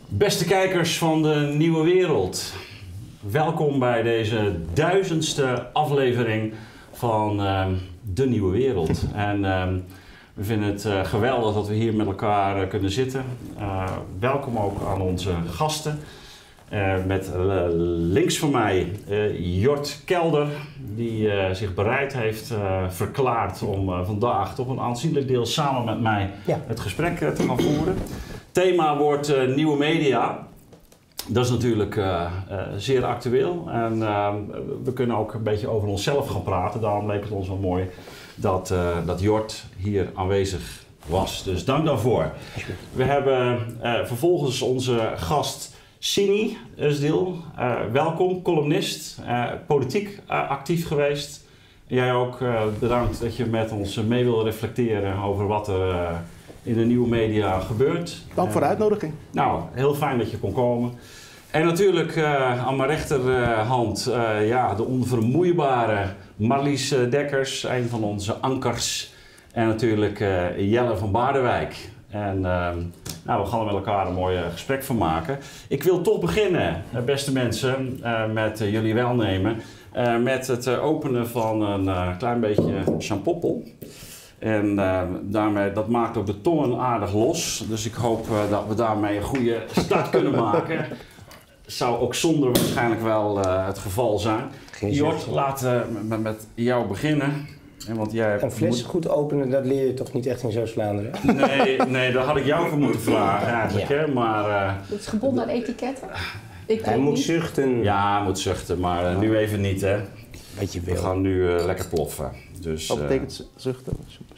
Beste kijkers van de Nieuwe Wereld, welkom bij deze 1000ste aflevering van de Nieuwe Wereld. En we vinden het geweldig dat we hier met elkaar kunnen zitten. Welkom ook aan onze gasten. Met links van mij Jort Kelder, die zich bereid heeft verklaard om vandaag toch een aanzienlijk deel samen met mij het gesprek te gaan voeren. Thema wordt nieuwe media. Dat is natuurlijk zeer actueel en we kunnen ook een beetje over onszelf gaan praten. Daarom leek het ons wel mooi dat Jort hier aanwezig was. Dus dank daarvoor. We hebben vervolgens onze gast Sini Özil, welkom, columnist, politiek actief geweest. Jij ook bedankt dat je met ons mee wil reflecteren over wat er in de nieuwe media gebeurt. Dank voor de uitnodiging. Nou, heel fijn dat je kon komen. En natuurlijk aan mijn rechterhand de onvermoeibare Marlies Dekkers, een van onze ankers. En natuurlijk Jelle van Baardenwijk. En we gaan er met elkaar een mooi gesprek van maken. Ik wil toch beginnen, beste mensen, met jullie welnemen. Met het openen van een klein beetje champoppel. En dat maakt ook de tongen aardig los. Dus ik hoop dat we daarmee een goede start kunnen maken. Zou ook zonder waarschijnlijk wel het geval zijn. Jort, laten we met jou beginnen. Want jij een fles goed openen, dat leer je toch niet echt in Zeeuws-Vlaanderen? Nee, daar had ik jou voor moeten vragen eigenlijk. Ja. Hè? Maar, het is gebonden aan etiketten? Hij moet zuchten. Ja, hij moet zuchten, maar nu even niet, hè. Wat je wil. We gaan nu lekker ploffen. Dus, Wat betekent zuchten?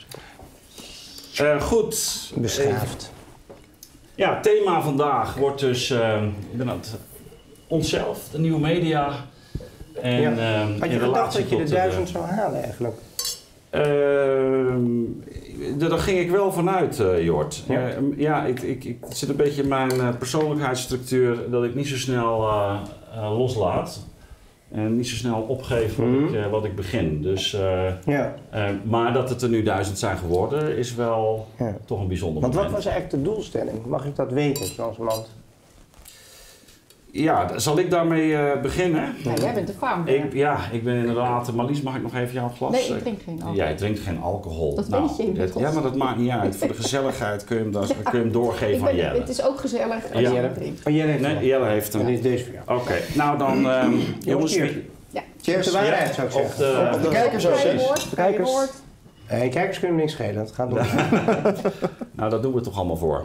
Goed. Beschaafd. Ja, het thema vandaag wordt dus inderdaad onszelf, de nieuwe media. En, had je gedacht dat je de 1000 zou halen eigenlijk? Daar ging ik wel vanuit, Jort. Ik zit een beetje in mijn persoonlijkheidsstructuur dat ik niet zo snel loslaat. En niet zo snel opgeef wat ik begin. Dus, maar dat het er nu 1000 zijn geworden is wel toch een bijzonder moment. Want wat was eigenlijk de doelstelling? Mag ik dat weten, zoals man? Ja, zal ik daarmee beginnen? Ja, jij bent de founder. Ik ben inderdaad... Marlies, mag ik nog even jouw glas? Nee, ik drink geen alcohol. Jij drinkt geen alcohol. Dat weet je inmiddels. Ja, maar dat maakt niet uit. Voor de gezelligheid kun je hem doorgeven aan Jelle. Het is ook gezellig als je hem drinkt. Oh, Jelle heeft hem. Dit is deze voor jou. Oké, nou dan... jongens, cheers. De waarheid zou ik zeggen. Op de kijkers ook. De kijkers. Kijkers kunnen niks schelen, dat gaat door. Nou, daar doen we toch allemaal voor.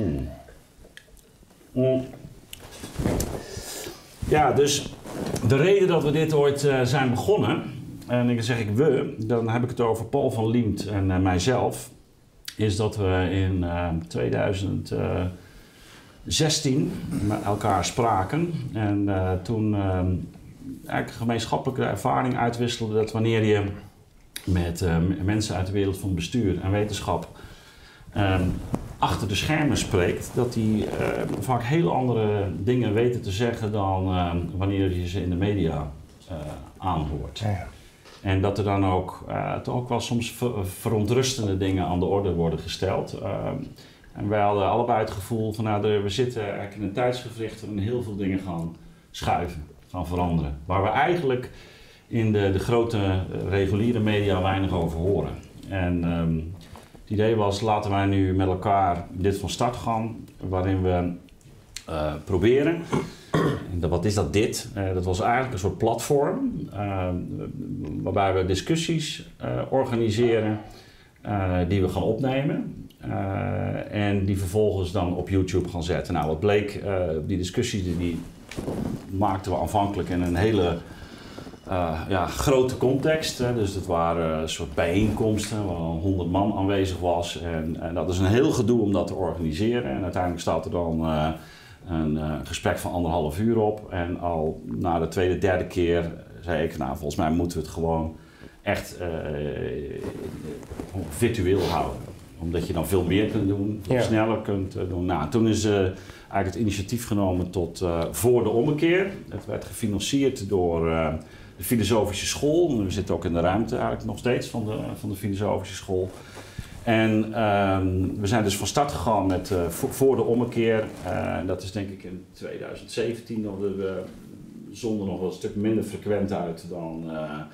Ja, dus de reden dat we dit ooit zijn begonnen, en dan zeg ik we, dan heb ik het over Paul van Liemt en mijzelf, is dat we in 2016 met elkaar spraken en toen eigenlijk een gemeenschappelijke ervaring uitwisselden dat wanneer je met mensen uit de wereld van bestuur en wetenschap achter de schermen spreekt, dat die vaak heel andere dingen weten te zeggen dan wanneer je ze in de media aanhoort. Ja. En dat er dan ook toch ook wel soms verontrustende dingen aan de orde worden gesteld. En wij hadden allebei het gevoel van we zitten eigenlijk in een tijdsgevricht waarin heel veel dingen gaan schuiven, gaan veranderen. Waar we eigenlijk in de grote reguliere media weinig over horen. En het idee was, laten wij nu met elkaar dit van start gaan, waarin we proberen. Wat is dat dit? Dat was eigenlijk een soort platform waarbij we discussies organiseren die we gaan opnemen en die vervolgens dan op YouTube gaan zetten. Nou, wat bleek, die discussies die maakten we aanvankelijk in een hele grote context. Dus het waren een soort bijeenkomsten waar 100 man aanwezig was. En dat is een heel gedoe om dat te organiseren. En uiteindelijk staat er dan een gesprek van 1,5 uur op. En al na de tweede, derde keer zei ik, volgens mij moeten we het gewoon echt virtueel houden. Omdat je dan veel meer kunt doen, sneller kunt doen. Nou, toen is eigenlijk het initiatief genomen tot voor de ommekeer. Het werd gefinancierd door de Filosofische School. We zitten ook in de ruimte eigenlijk nog steeds van de Filosofische School. En we zijn dus van start gegaan met voor de ommekeer. Dat is denk ik in 2017 dat we zonden nog wel een stuk minder frequent uit dan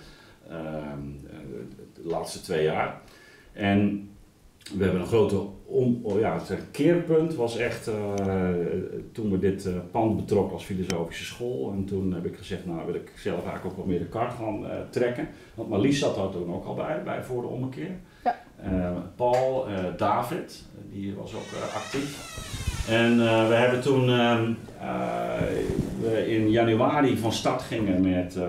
de laatste 2 jaar. En we hebben een grote keerpunt was echt toen we dit pand betrokken als filosofische school. En toen heb ik gezegd, nou wil ik zelf eigenlijk ook wat meer de kar gaan trekken. Want Marlies zat daar toen ook al bij voor de ommekeer. Ja. Paul, David, die was ook actief. En we hebben toen we in januari van start gingen met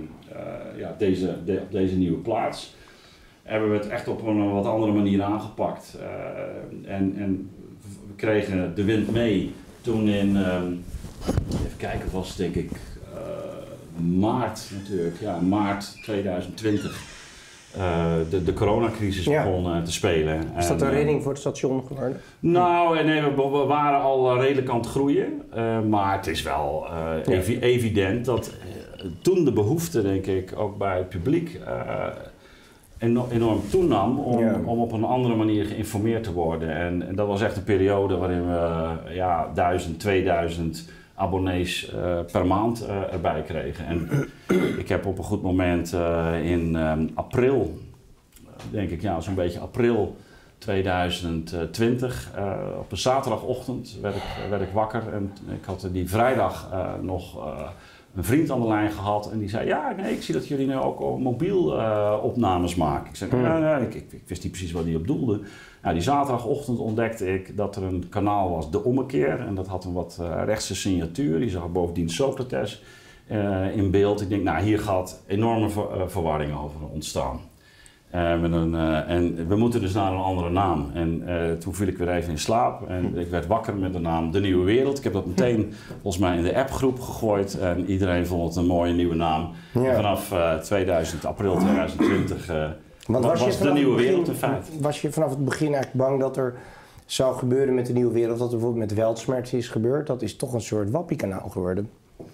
deze nieuwe plaats. Hebben we het echt op een wat andere manier aangepakt. En we kregen de wind mee toen in, even kijken, was het denk ik maart natuurlijk, ja, maart 2020. De coronacrisis begon te spelen. Is dat een redding voor het station geworden? Nou, nee, we waren al redelijk aan het groeien. Maar het is wel evident dat toen de behoefte, denk ik, ook bij het publiek enorm toenam om op een andere manier geïnformeerd te worden. En dat was echt een periode waarin we 1000, 2000 abonnees per maand erbij kregen. En ik heb op een goed moment in april, denk ik, zo'n beetje april 2020, op een zaterdagochtend werd ik wakker en ik had die vrijdag nog een vriend aan de lijn gehad en die zei, ik zie dat jullie nu ook mobiel opnames maken. Ik zei, ik wist niet precies wat hij op doelde. Die zaterdagochtend ontdekte ik dat er een kanaal was, De Ommekeer, en dat had een wat rechtse signatuur. Die zag bovendien Socrates in beeld. Ik denk, hier gaat enorme verwarring over ontstaan. En we moeten dus naar een andere naam. En toen viel ik weer even in slaap en ik werd wakker met de naam De Nieuwe Wereld. Ik heb dat meteen volgens mij in de appgroep gegooid en iedereen vond het een mooie nieuwe naam. Ja. En vanaf april 2020 was De Nieuwe Wereld in feite. Was je vanaf het begin eigenlijk bang dat er zou gebeuren met De Nieuwe Wereld, dat er bijvoorbeeld met Weltschmerz is gebeurd? Dat is toch een soort wappiekanaal geworden.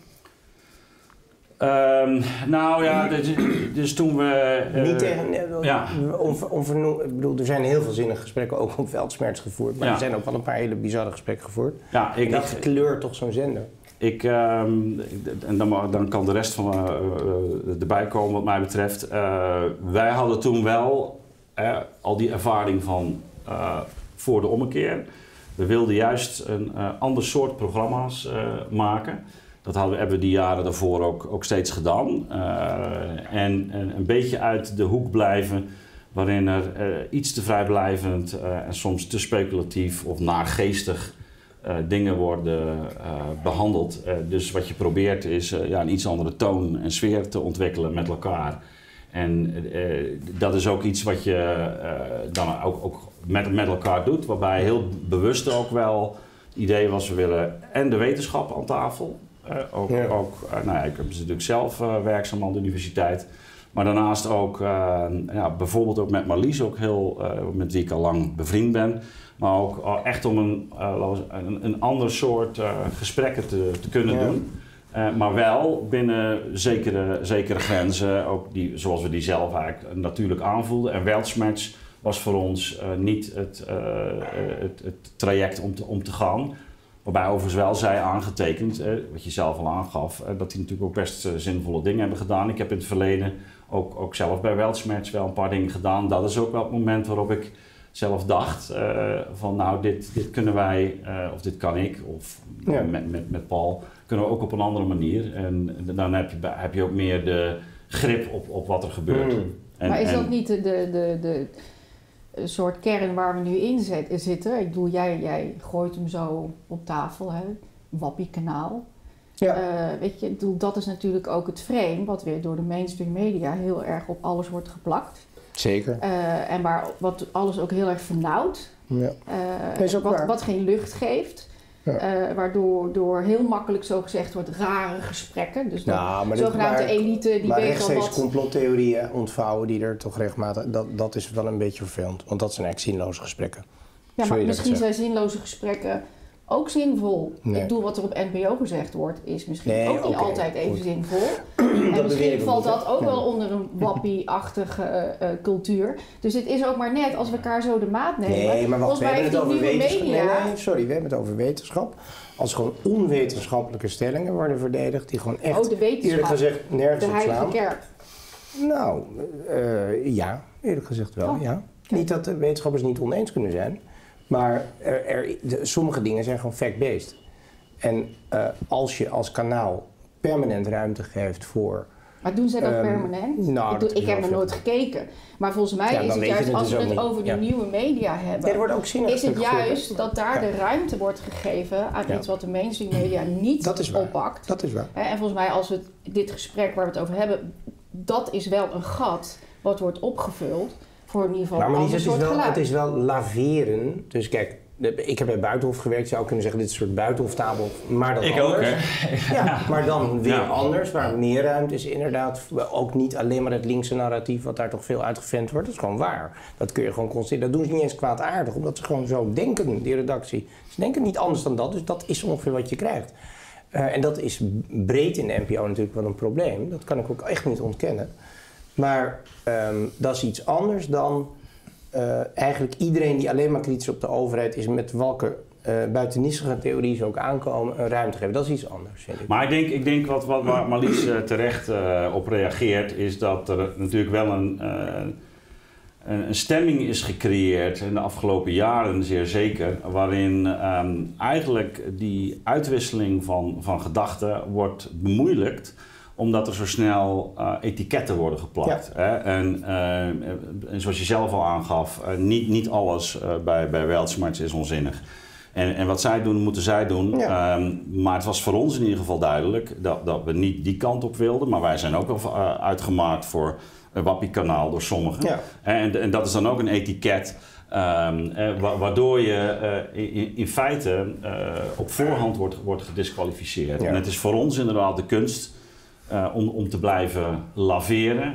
Dus toen we... Niet tegen... ik bedoel, er zijn heel veel zinnige gesprekken ook op Weltschmerz gevoerd. Maar er zijn ook wel een paar hele bizarre gesprekken gevoerd. Ja, dat kleurt toch zo'n zender? En dan kan de rest van erbij komen wat mij betreft. Wij hadden toen wel al die ervaring van voor de ommekeer. We wilden juist een ander soort programma's maken. Dat hebben we die jaren daarvoor ook steeds gedaan. En een beetje uit de hoek blijven waarin er iets te vrijblijvend en soms te speculatief of naargeestig dingen worden behandeld. Dus wat je probeert is een iets andere toon en sfeer te ontwikkelen met elkaar. En dat is ook iets wat je dan ook met elkaar doet, waarbij heel bewust ook wel het idee was, we willen en de wetenschap aan tafel. Ik ben natuurlijk zelf werkzaam aan de universiteit. Maar daarnaast ook, bijvoorbeeld ook met Marlies, ook heel, met wie ik al lang bevriend ben. Maar ook echt om een ander soort gesprekken te kunnen doen. Maar wel binnen zekere grenzen, ook zoals we die zelf eigenlijk natuurlijk aanvoelden. En Weltschmerz was voor ons niet het traject om te gaan. Waarbij overigens wel zij aangetekend, wat je zelf al aangaf, dat die natuurlijk ook best zinvolle dingen hebben gedaan. Ik heb in het verleden ook zelf bij Weltschmerz wel een paar dingen gedaan. Dat is ook wel het moment waarop ik zelf dacht van dit kunnen wij, of dit kan ik, of met Paul, kunnen we ook op een andere manier. En dan heb je ook meer de grip op wat er gebeurt. Maar is dat niet de soort kern waar we nu in zitten? Ik bedoel, jij gooit hem zo op tafel, hè? Wappie-kanaal. Ja. Weet je, dat is natuurlijk ook het frame wat weer door de mainstream media heel erg op alles wordt geplakt. Zeker. En wat alles ook heel erg vernauwt. Ja. Wat geen lucht geeft. Ja. Waardoor door heel makkelijk zo gezegd wordt rare gesprekken. Dus de zogenaamde elite die weet al wat... complottheorieën ontvouwen die er toch regelmatig... Dat is wel een beetje vervelend. Want dat zijn eigenlijk zinloze gesprekken. Ja, maar misschien zijn zinloze gesprekken ook zinvol. Nee. Ik bedoel, wat er op NPO gezegd wordt, is misschien ook niet altijd even zinvol. En misschien valt dat ook wel onder een wappie-achtige cultuur. Dus het is ook maar net als we elkaar zo de maat nemen. Nee, maar wacht, we hebben het over wetenschap. Media... We hebben het over wetenschap. Als gewoon onwetenschappelijke stellingen worden verdedigd, die gewoon echt, eerlijk gezegd, nergens op slaan. De Heilige Kerk. Nou, ja, eerlijk gezegd wel, ja. Okay. Niet dat de wetenschappers niet oneens kunnen zijn, maar sommige dingen zijn gewoon fact-based. En als je als kanaal permanent ruimte geeft voor... Maar doen zij dat permanent? Nou, ik heb er nooit gekeken. Maar volgens mij is het juist, als we het over die nieuwe media hebben... er wordt ook is het juist dat daar de ruimte wordt gegeven aan iets wat de mainstream media niet oppakt. Dat is waar. En volgens mij, als we dit gesprek waar we het over hebben... dat is wel een gat wat wordt opgevuld voor in ieder geval een ander soort geluid. Het is wel laveren. Dus kijk, ik heb bij Buitenhof gewerkt. Je zou kunnen zeggen, dit is een soort Buitenhoftafel, maar dan anders. Ik ook, hè? Ja, maar dan weer anders, waar meer ruimte is inderdaad. Ook niet alleen maar het linkse narratief, wat daar toch veel uitgevent wordt. Dat is gewoon waar. Dat kun je gewoon constateren. Dat doen ze niet eens kwaadaardig, omdat ze gewoon zo denken, die redactie. Ze denken niet anders dan dat, dus dat is ongeveer wat je krijgt. En dat is breed in de NPO natuurlijk wel een probleem. Dat kan ik ook echt niet ontkennen. Maar dat is iets anders dan eigenlijk iedereen die alleen maar kritisch op de overheid is, met welke buitenissige theorieën ze ook aankomen, een ruimte geven. Dat is iets anders, vind ik. Maar ik denk waar Marlies terecht op reageert, is dat er natuurlijk wel een stemming is gecreëerd in de afgelopen jaren, zeer zeker, waarin eigenlijk die uitwisseling van gedachten wordt bemoeilijkt, omdat er zo snel etiketten worden geplakt. Ja. Hè? En zoals je zelf al aangaf, niet alles bij Weltschmerz is onzinnig. En wat zij doen, moeten zij doen. Ja. Maar het was voor ons in ieder geval duidelijk dat we niet die kant op wilden. Maar wij zijn ook al uitgemaakt voor een wappie-kanaal door sommigen. Ja. En dat is dan ook een etiket. Waardoor je in feite op voorhand wordt gedisqualificeerd. Ja. En het is voor ons inderdaad de kunst om te blijven laveren.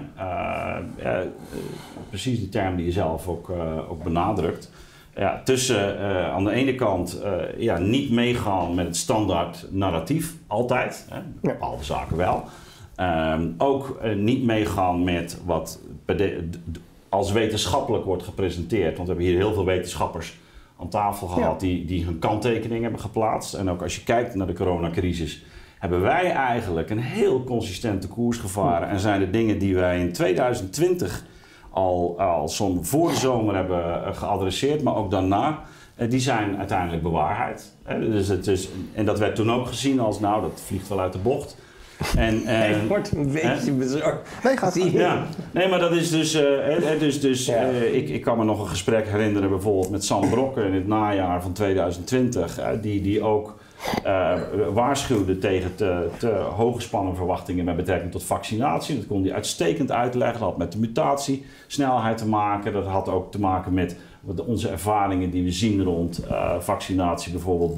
Precies die term die je zelf ook benadrukt. Ja, tussen aan de ene kant niet meegaan met het standaard narratief, altijd. Bepaalde zaken wel. Ook niet meegaan met wat als wetenschappelijk wordt gepresenteerd. Want we hebben hier heel veel wetenschappers aan tafel gehad die hun kanttekening hebben geplaatst. En ook als je kijkt naar de coronacrisis, hebben wij eigenlijk een heel consistente koers gevaren. En zijn de dingen die wij in 2020 al zo'n voor de zomer hebben geadresseerd, maar ook daarna, die zijn uiteindelijk bewaarheid. En dat werd toen ook gezien als, nou, dat vliegt wel uit de bocht. Ik word een beetje bezorgd. Nee, maar dat is dus... Ik kan me nog een gesprek herinneren bijvoorbeeld met Sam Brokken in het najaar van 2020, die ook waarschuwde tegen te hooggespannen verwachtingen met betrekking tot vaccinatie. Dat kon hij uitstekend uitleggen. Dat had met de mutatiesnelheid te maken. Dat had ook te maken met onze ervaringen die we zien rond vaccinatie, bijvoorbeeld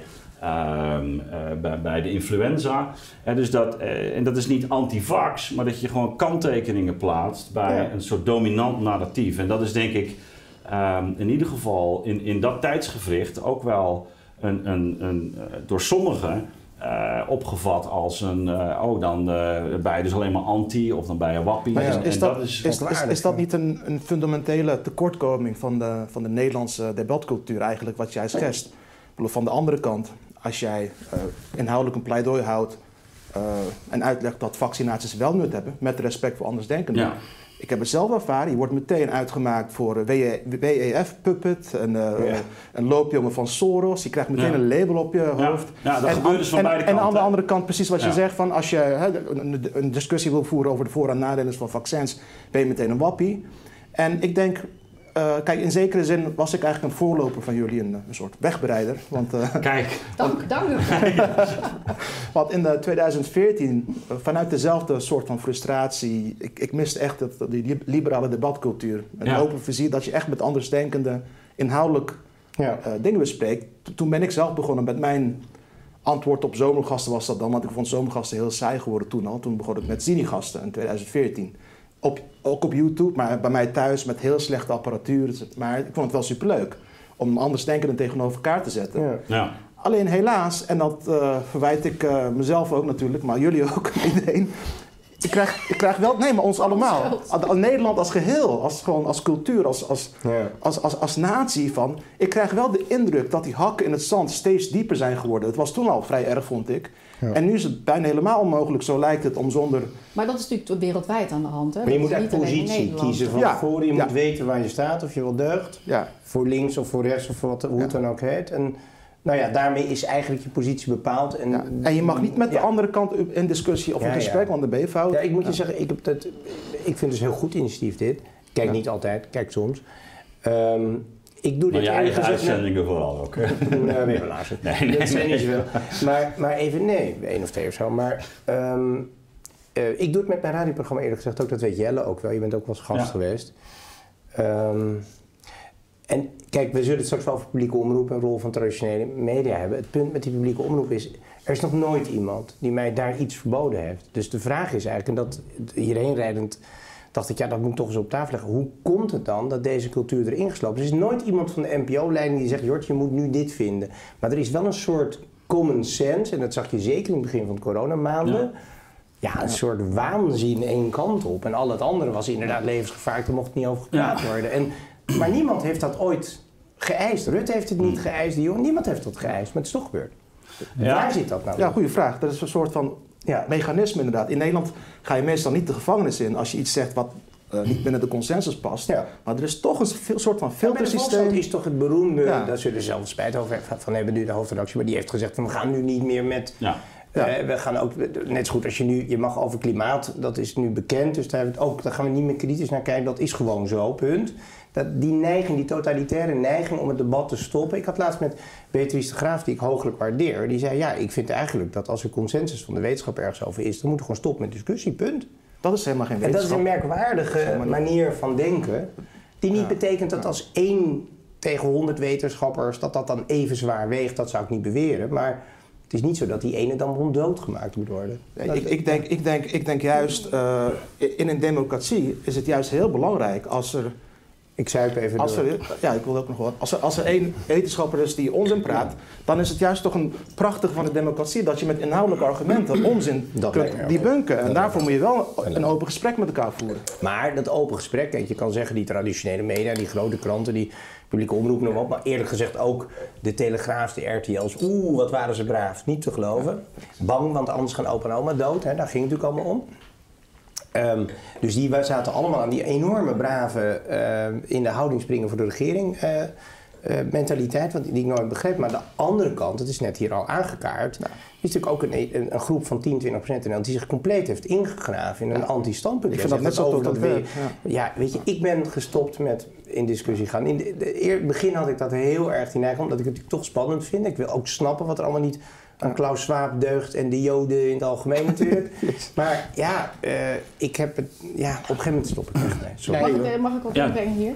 bij de influenza. En dat is niet anti-vax, maar dat je gewoon kanttekeningen plaatst bij een soort dominant narratief. En dat is denk ik in ieder geval in dat tijdsgewricht ook wel door sommigen opgevat als dan ben je dus alleen maar anti of dan ben je wappie. Is dat niet een fundamentele tekortkoming van de Nederlandse debatcultuur eigenlijk, wat jij schetst? Van de andere kant, als jij inhoudelijk een pleidooi houdt en uitlegt dat vaccinaties wel nut hebben, met respect voor andersdenkenden. Ja. Ik heb het zelf ervaren, je wordt meteen uitgemaakt voor WEF-puppet, een loopjongen van Soros. Je krijgt meteen een label op je hoofd. Ja, dat gebeurt dus van beide kanten. En aan de andere kant, precies wat je zegt, van als je een discussie wil voeren over de voor- en nadelen van vaccins, ben je meteen een wappie. En ik denk, kijk, in zekere zin was ik eigenlijk een voorloper van jullie, een soort wegbereider. Want, Kijk. Dank u. Want in 2014, vanuit dezelfde soort van frustratie, ik miste echt die liberale debatcultuur. Een open visie, dat je echt met andersdenkenden inhoudelijk dingen bespreekt. Toen ben ik zelf begonnen met mijn antwoord op zomergasten was dat dan, want ik vond zomergasten heel saai geworden toen al. Toen begon ik met Zini-gasten in 2014. Ook op YouTube, maar bij mij thuis met heel slechte apparatuur. Maar ik vond het wel superleuk om andersdenkenden tegenover elkaar te zetten. Ja. Alleen helaas, en dat verwijt ik mezelf ook natuurlijk, maar jullie ook, iedereen. Ik krijg wel, nee, maar ons allemaal. Nederland als geheel, als cultuur, als natie van. Ik krijg wel de indruk dat die hakken in het zand steeds dieper zijn geworden. Het was toen al vrij erg, vond ik. Ja. En nu is het bijna helemaal onmogelijk, zo lijkt het, om zonder... Maar dat is natuurlijk wereldwijd aan de hand. Hè? Maar je moet echt positie kiezen van tevoren. Je moet weten waar je staat, of je wel deugt. Ja. Voor links of voor rechts of hoe het dan ook heet. En nou ja, daarmee is eigenlijk je positie bepaald. En je mag niet met de andere kant in discussie of een gesprek, want dan ben je fout. Ja, ik moet je zeggen, ik vind het dus heel goed initiatief dit. Kijk niet altijd, kijk soms. Ik doe dit je eigen uitzendingen vooral ook. Nee, helaas. Nee. Dat zijn niet zoveel. Maar even, nee, 1 of 2 of zo. Maar ik doe het met mijn radioprogramma eerlijk gezegd ook. Dat weet Jelle ook wel. Je bent ook wel eens gast geweest. En kijk, we zullen het straks wel over publieke omroep en rol van traditionele media hebben. Het punt met die publieke omroep is, er is nog nooit iemand die mij daar iets verboden heeft. Dus de vraag is eigenlijk, en dat hierheen rijdend dacht ik, dat moet ik toch eens op tafel leggen. Hoe komt het dan dat deze cultuur erin geslopen is? Er is nooit iemand van de NPO-leiding die zegt, Jort, je moet nu dit vinden. Maar er is wel een soort common sense, en dat zag je zeker in het begin van de coronamaanden. Ja, een soort waanzin één kant op. En al het andere was inderdaad levensgevaarlijk, daar mocht niet over gepraat worden. Maar niemand heeft dat ooit geëist. Rutte heeft het niet geëist, niemand heeft dat geëist, maar het is toch gebeurd. Waar zit dat nou? Ja, goede vraag. Dat is een soort van mechanisme inderdaad. In Nederland ga je meestal niet de gevangenis in als je iets zegt wat niet binnen de consensus past. Ja. Maar er is toch een soort van filtersysteem. Dat is toch het beroemde, daar zullen ze zelf spijt over van hebben nu de hoofdredactie, maar die heeft gezegd we gaan nu niet meer met... Ja. We gaan ook, net zo goed als je mag over klimaat, dat is nu bekend, dus daar gaan we niet meer kritisch naar kijken, dat is gewoon zo, punt. Die neiging, die totalitaire neiging om het debat te stoppen. Ik had laatst met Beatrice de Graaf, die ik hooglijk waardeer, die zei, ik vind eigenlijk dat als er consensus van de wetenschap ergens over is, dan moeten we gewoon stoppen met discussie, punt. Dat is helemaal geen wetenschap. En dat is een merkwaardige manier van denken, die niet betekent dat als 1 tegen 100 wetenschappers, dat dan even zwaar weegt, dat zou ik niet beweren, maar het is niet zo dat die ene dan monddood gemaakt moet worden. Ik denk juist, in een democratie is het juist heel belangrijk als er... Ik zuip even door. Ik wil ook nog wat. Als er 1 wetenschapper is die onzin praat, dan is het juist toch een prachtige van de democratie dat je met inhoudelijke argumenten onzin kunt debunken. En daarvoor moet je wel een open gesprek met elkaar voeren. Maar dat open gesprek, kijk, je kan zeggen die traditionele media, die grote kranten, die publieke omroep, noem op, maar eerlijk gezegd ook de Telegraaf, de RTL's, wat waren ze braaf, niet te geloven. Bang, want anders gaan opa en oma dood, daar ging het natuurlijk allemaal om. Dus die zaten allemaal aan die enorme brave in de houding springen voor de regering mentaliteit, die ik nooit begreep. Maar aan de andere kant, het is net hier al aangekaart, is natuurlijk ook een groep van 10-20% in Nederland die zich compleet heeft ingegraven in een anti-standpunt. Ik vind dat net zo tot dat weet je, ik ben gestopt met in discussie gaan. In het begin had ik dat heel erg die neiging, omdat ik het natuurlijk toch spannend vind. Ik wil ook snappen wat er allemaal niet aan Klaus Schwab deugt en de Joden in het algemeen natuurlijk. Maar ik heb het... Ja, op een gegeven moment stop ik echt mee. Mag ik ook inbrengen hier?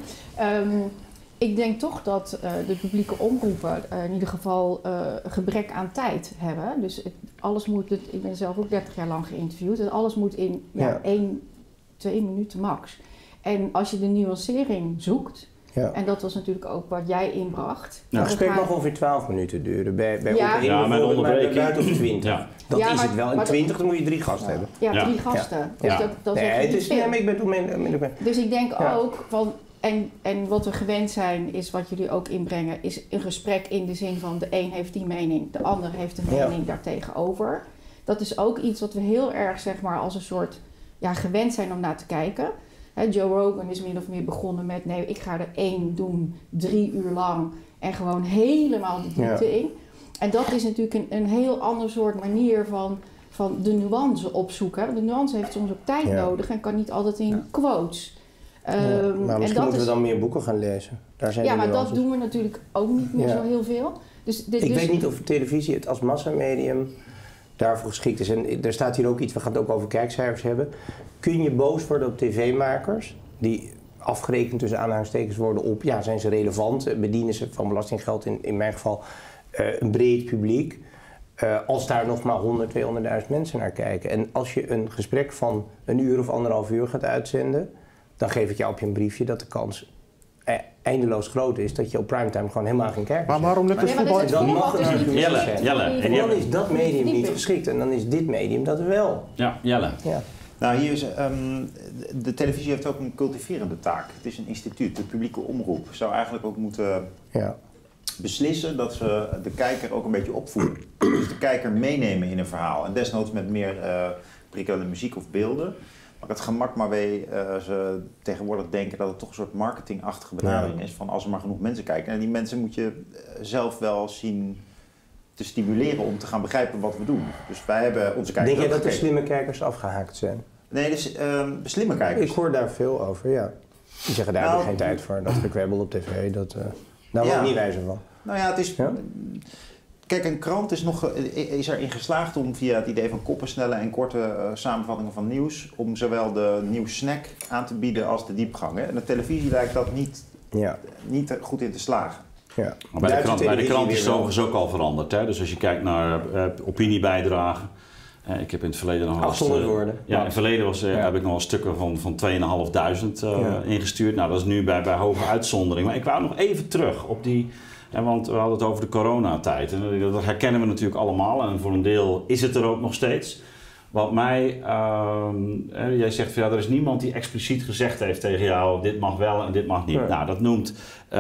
Ik denk toch dat de publieke omroepen in ieder geval gebrek aan tijd hebben. Dus alles moet... Ik ben zelf ook 30 jaar lang geïnterviewd. En alles moet in 1-2 minuten max. En als je de nuancering zoekt... Ja. En dat was natuurlijk ook wat jij inbracht. Het gesprek mag ongeveer 12 minuten duren. Bij met onderbreking. Buiten of 20. Ja. Dat is het wel. In 20 dan moet je 3 gasten hebben. Ja, 3 gasten. Dus dat is echt niet veel. Maar ik ben dus ik denk ook van... En wat we gewend zijn, is wat jullie ook inbrengen, is een gesprek in de zin van de een heeft die mening, de ander heeft een mening daartegenover. Dat is ook iets wat we heel erg, zeg maar, als een soort gewend zijn om naar te kijken. Joe Rogan is min of meer begonnen met, nee, ik ga er 1 doen, 3 uur lang en gewoon helemaal de diepte in. En dat is natuurlijk een heel ander soort manier van de nuance opzoeken. De nuance heeft soms ook tijd nodig en kan niet altijd in quotes. Maar misschien moeten we dan meer boeken gaan lezen. Daar zijn maar dat doen we natuurlijk ook niet meer zo heel veel. Ik weet niet of televisie het als massamedium daarvoor geschikt is. En er staat hier ook iets, we gaan het ook over kijkcijfers hebben. Kun je boos worden op tv-makers die afgerekend tussen aanhalingstekens worden op, zijn ze relevant, bedienen ze van belastinggeld in mijn geval een breed publiek. Als daar nog maar 100.000, 200.000 mensen naar kijken. En als je een gesprek van 1 uur of 1,5 uur gaat uitzenden, dan geef ik jou op je een briefje dat de kans eindeloos groot is, dat je op primetime gewoon helemaal geen kijkers Maar waarom lukt het voetbal? Dan mag het natuurlijk zijn. Jelle. En dan is dat medium niet geschikt en dan is dit medium dat wel. Ja, Jelle. Ja. Nou, hier is, de televisie heeft ook een cultiverende taak. Het is een instituut, de publieke omroep. Zou eigenlijk ook moeten beslissen dat ze de kijker ook een beetje opvoeden. Dus de kijker meenemen in een verhaal. En desnoods met meer prikkelende muziek of beelden. Maar het gemak waarmee ze tegenwoordig denken dat het toch een soort marketingachtige benadering is. Van als er maar genoeg mensen kijken. En die mensen moet je zelf wel zien te stimuleren om te gaan begrijpen wat we doen. Dus wij hebben onze kijkers. Denk jij dat de slimme kijkers afgehaakt zijn? Nee, dus slimme kijkers. Ik hoor daar veel over, ja. Die zeggen daar heb ik geen tijd voor. Dat gekwebbel op tv, daar word ik niet wijzer van. Nou ja, het is... Ja? Kijk, een krant is erin geslaagd om via het idee van koppensnelle en korte samenvattingen van nieuws, om zowel de nieuwssnack aan te bieden als de diepgang. Hè? En de televisie lijkt dat niet goed in te slagen. Ja. Maar bij de krant is het overigens ook al veranderd. Hè? Dus als je kijkt naar opiniebijdragen. Ik heb in het verleden nog 800 woorden. Ja, in het verleden heb ik nog wel stukken van 2.500 ingestuurd. Nou, dat is nu bij hoge uitzondering. Maar ik wou nog even terug op die... want we hadden het over de coronatijd. En dat herkennen we natuurlijk allemaal. En voor een deel is het er ook nog steeds. Wat mij... jij zegt van er is niemand die expliciet gezegd heeft tegen jou... dit mag wel en dit mag niet. Nou, dat noemt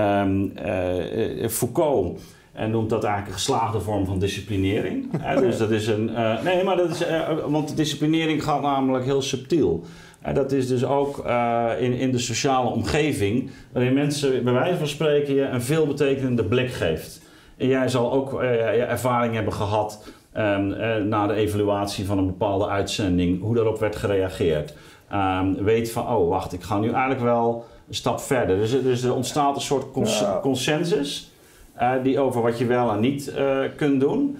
Foucault... En noemt dat eigenlijk een geslaagde vorm van disciplinering. Dus dat is een... want de disciplinering gaat namelijk heel subtiel. Dat is dus ook in de sociale omgeving... waarin mensen bij wijze van spreken je een veelbetekenende blik geeft. En jij zal ook ervaring hebben gehad... na de evaluatie van een bepaalde uitzending... hoe daarop werd gereageerd. Weet van, oh wacht, ik ga nu eigenlijk wel een stap verder. Dus er ontstaat een soort consensus... die over wat je wel en niet kunt doen.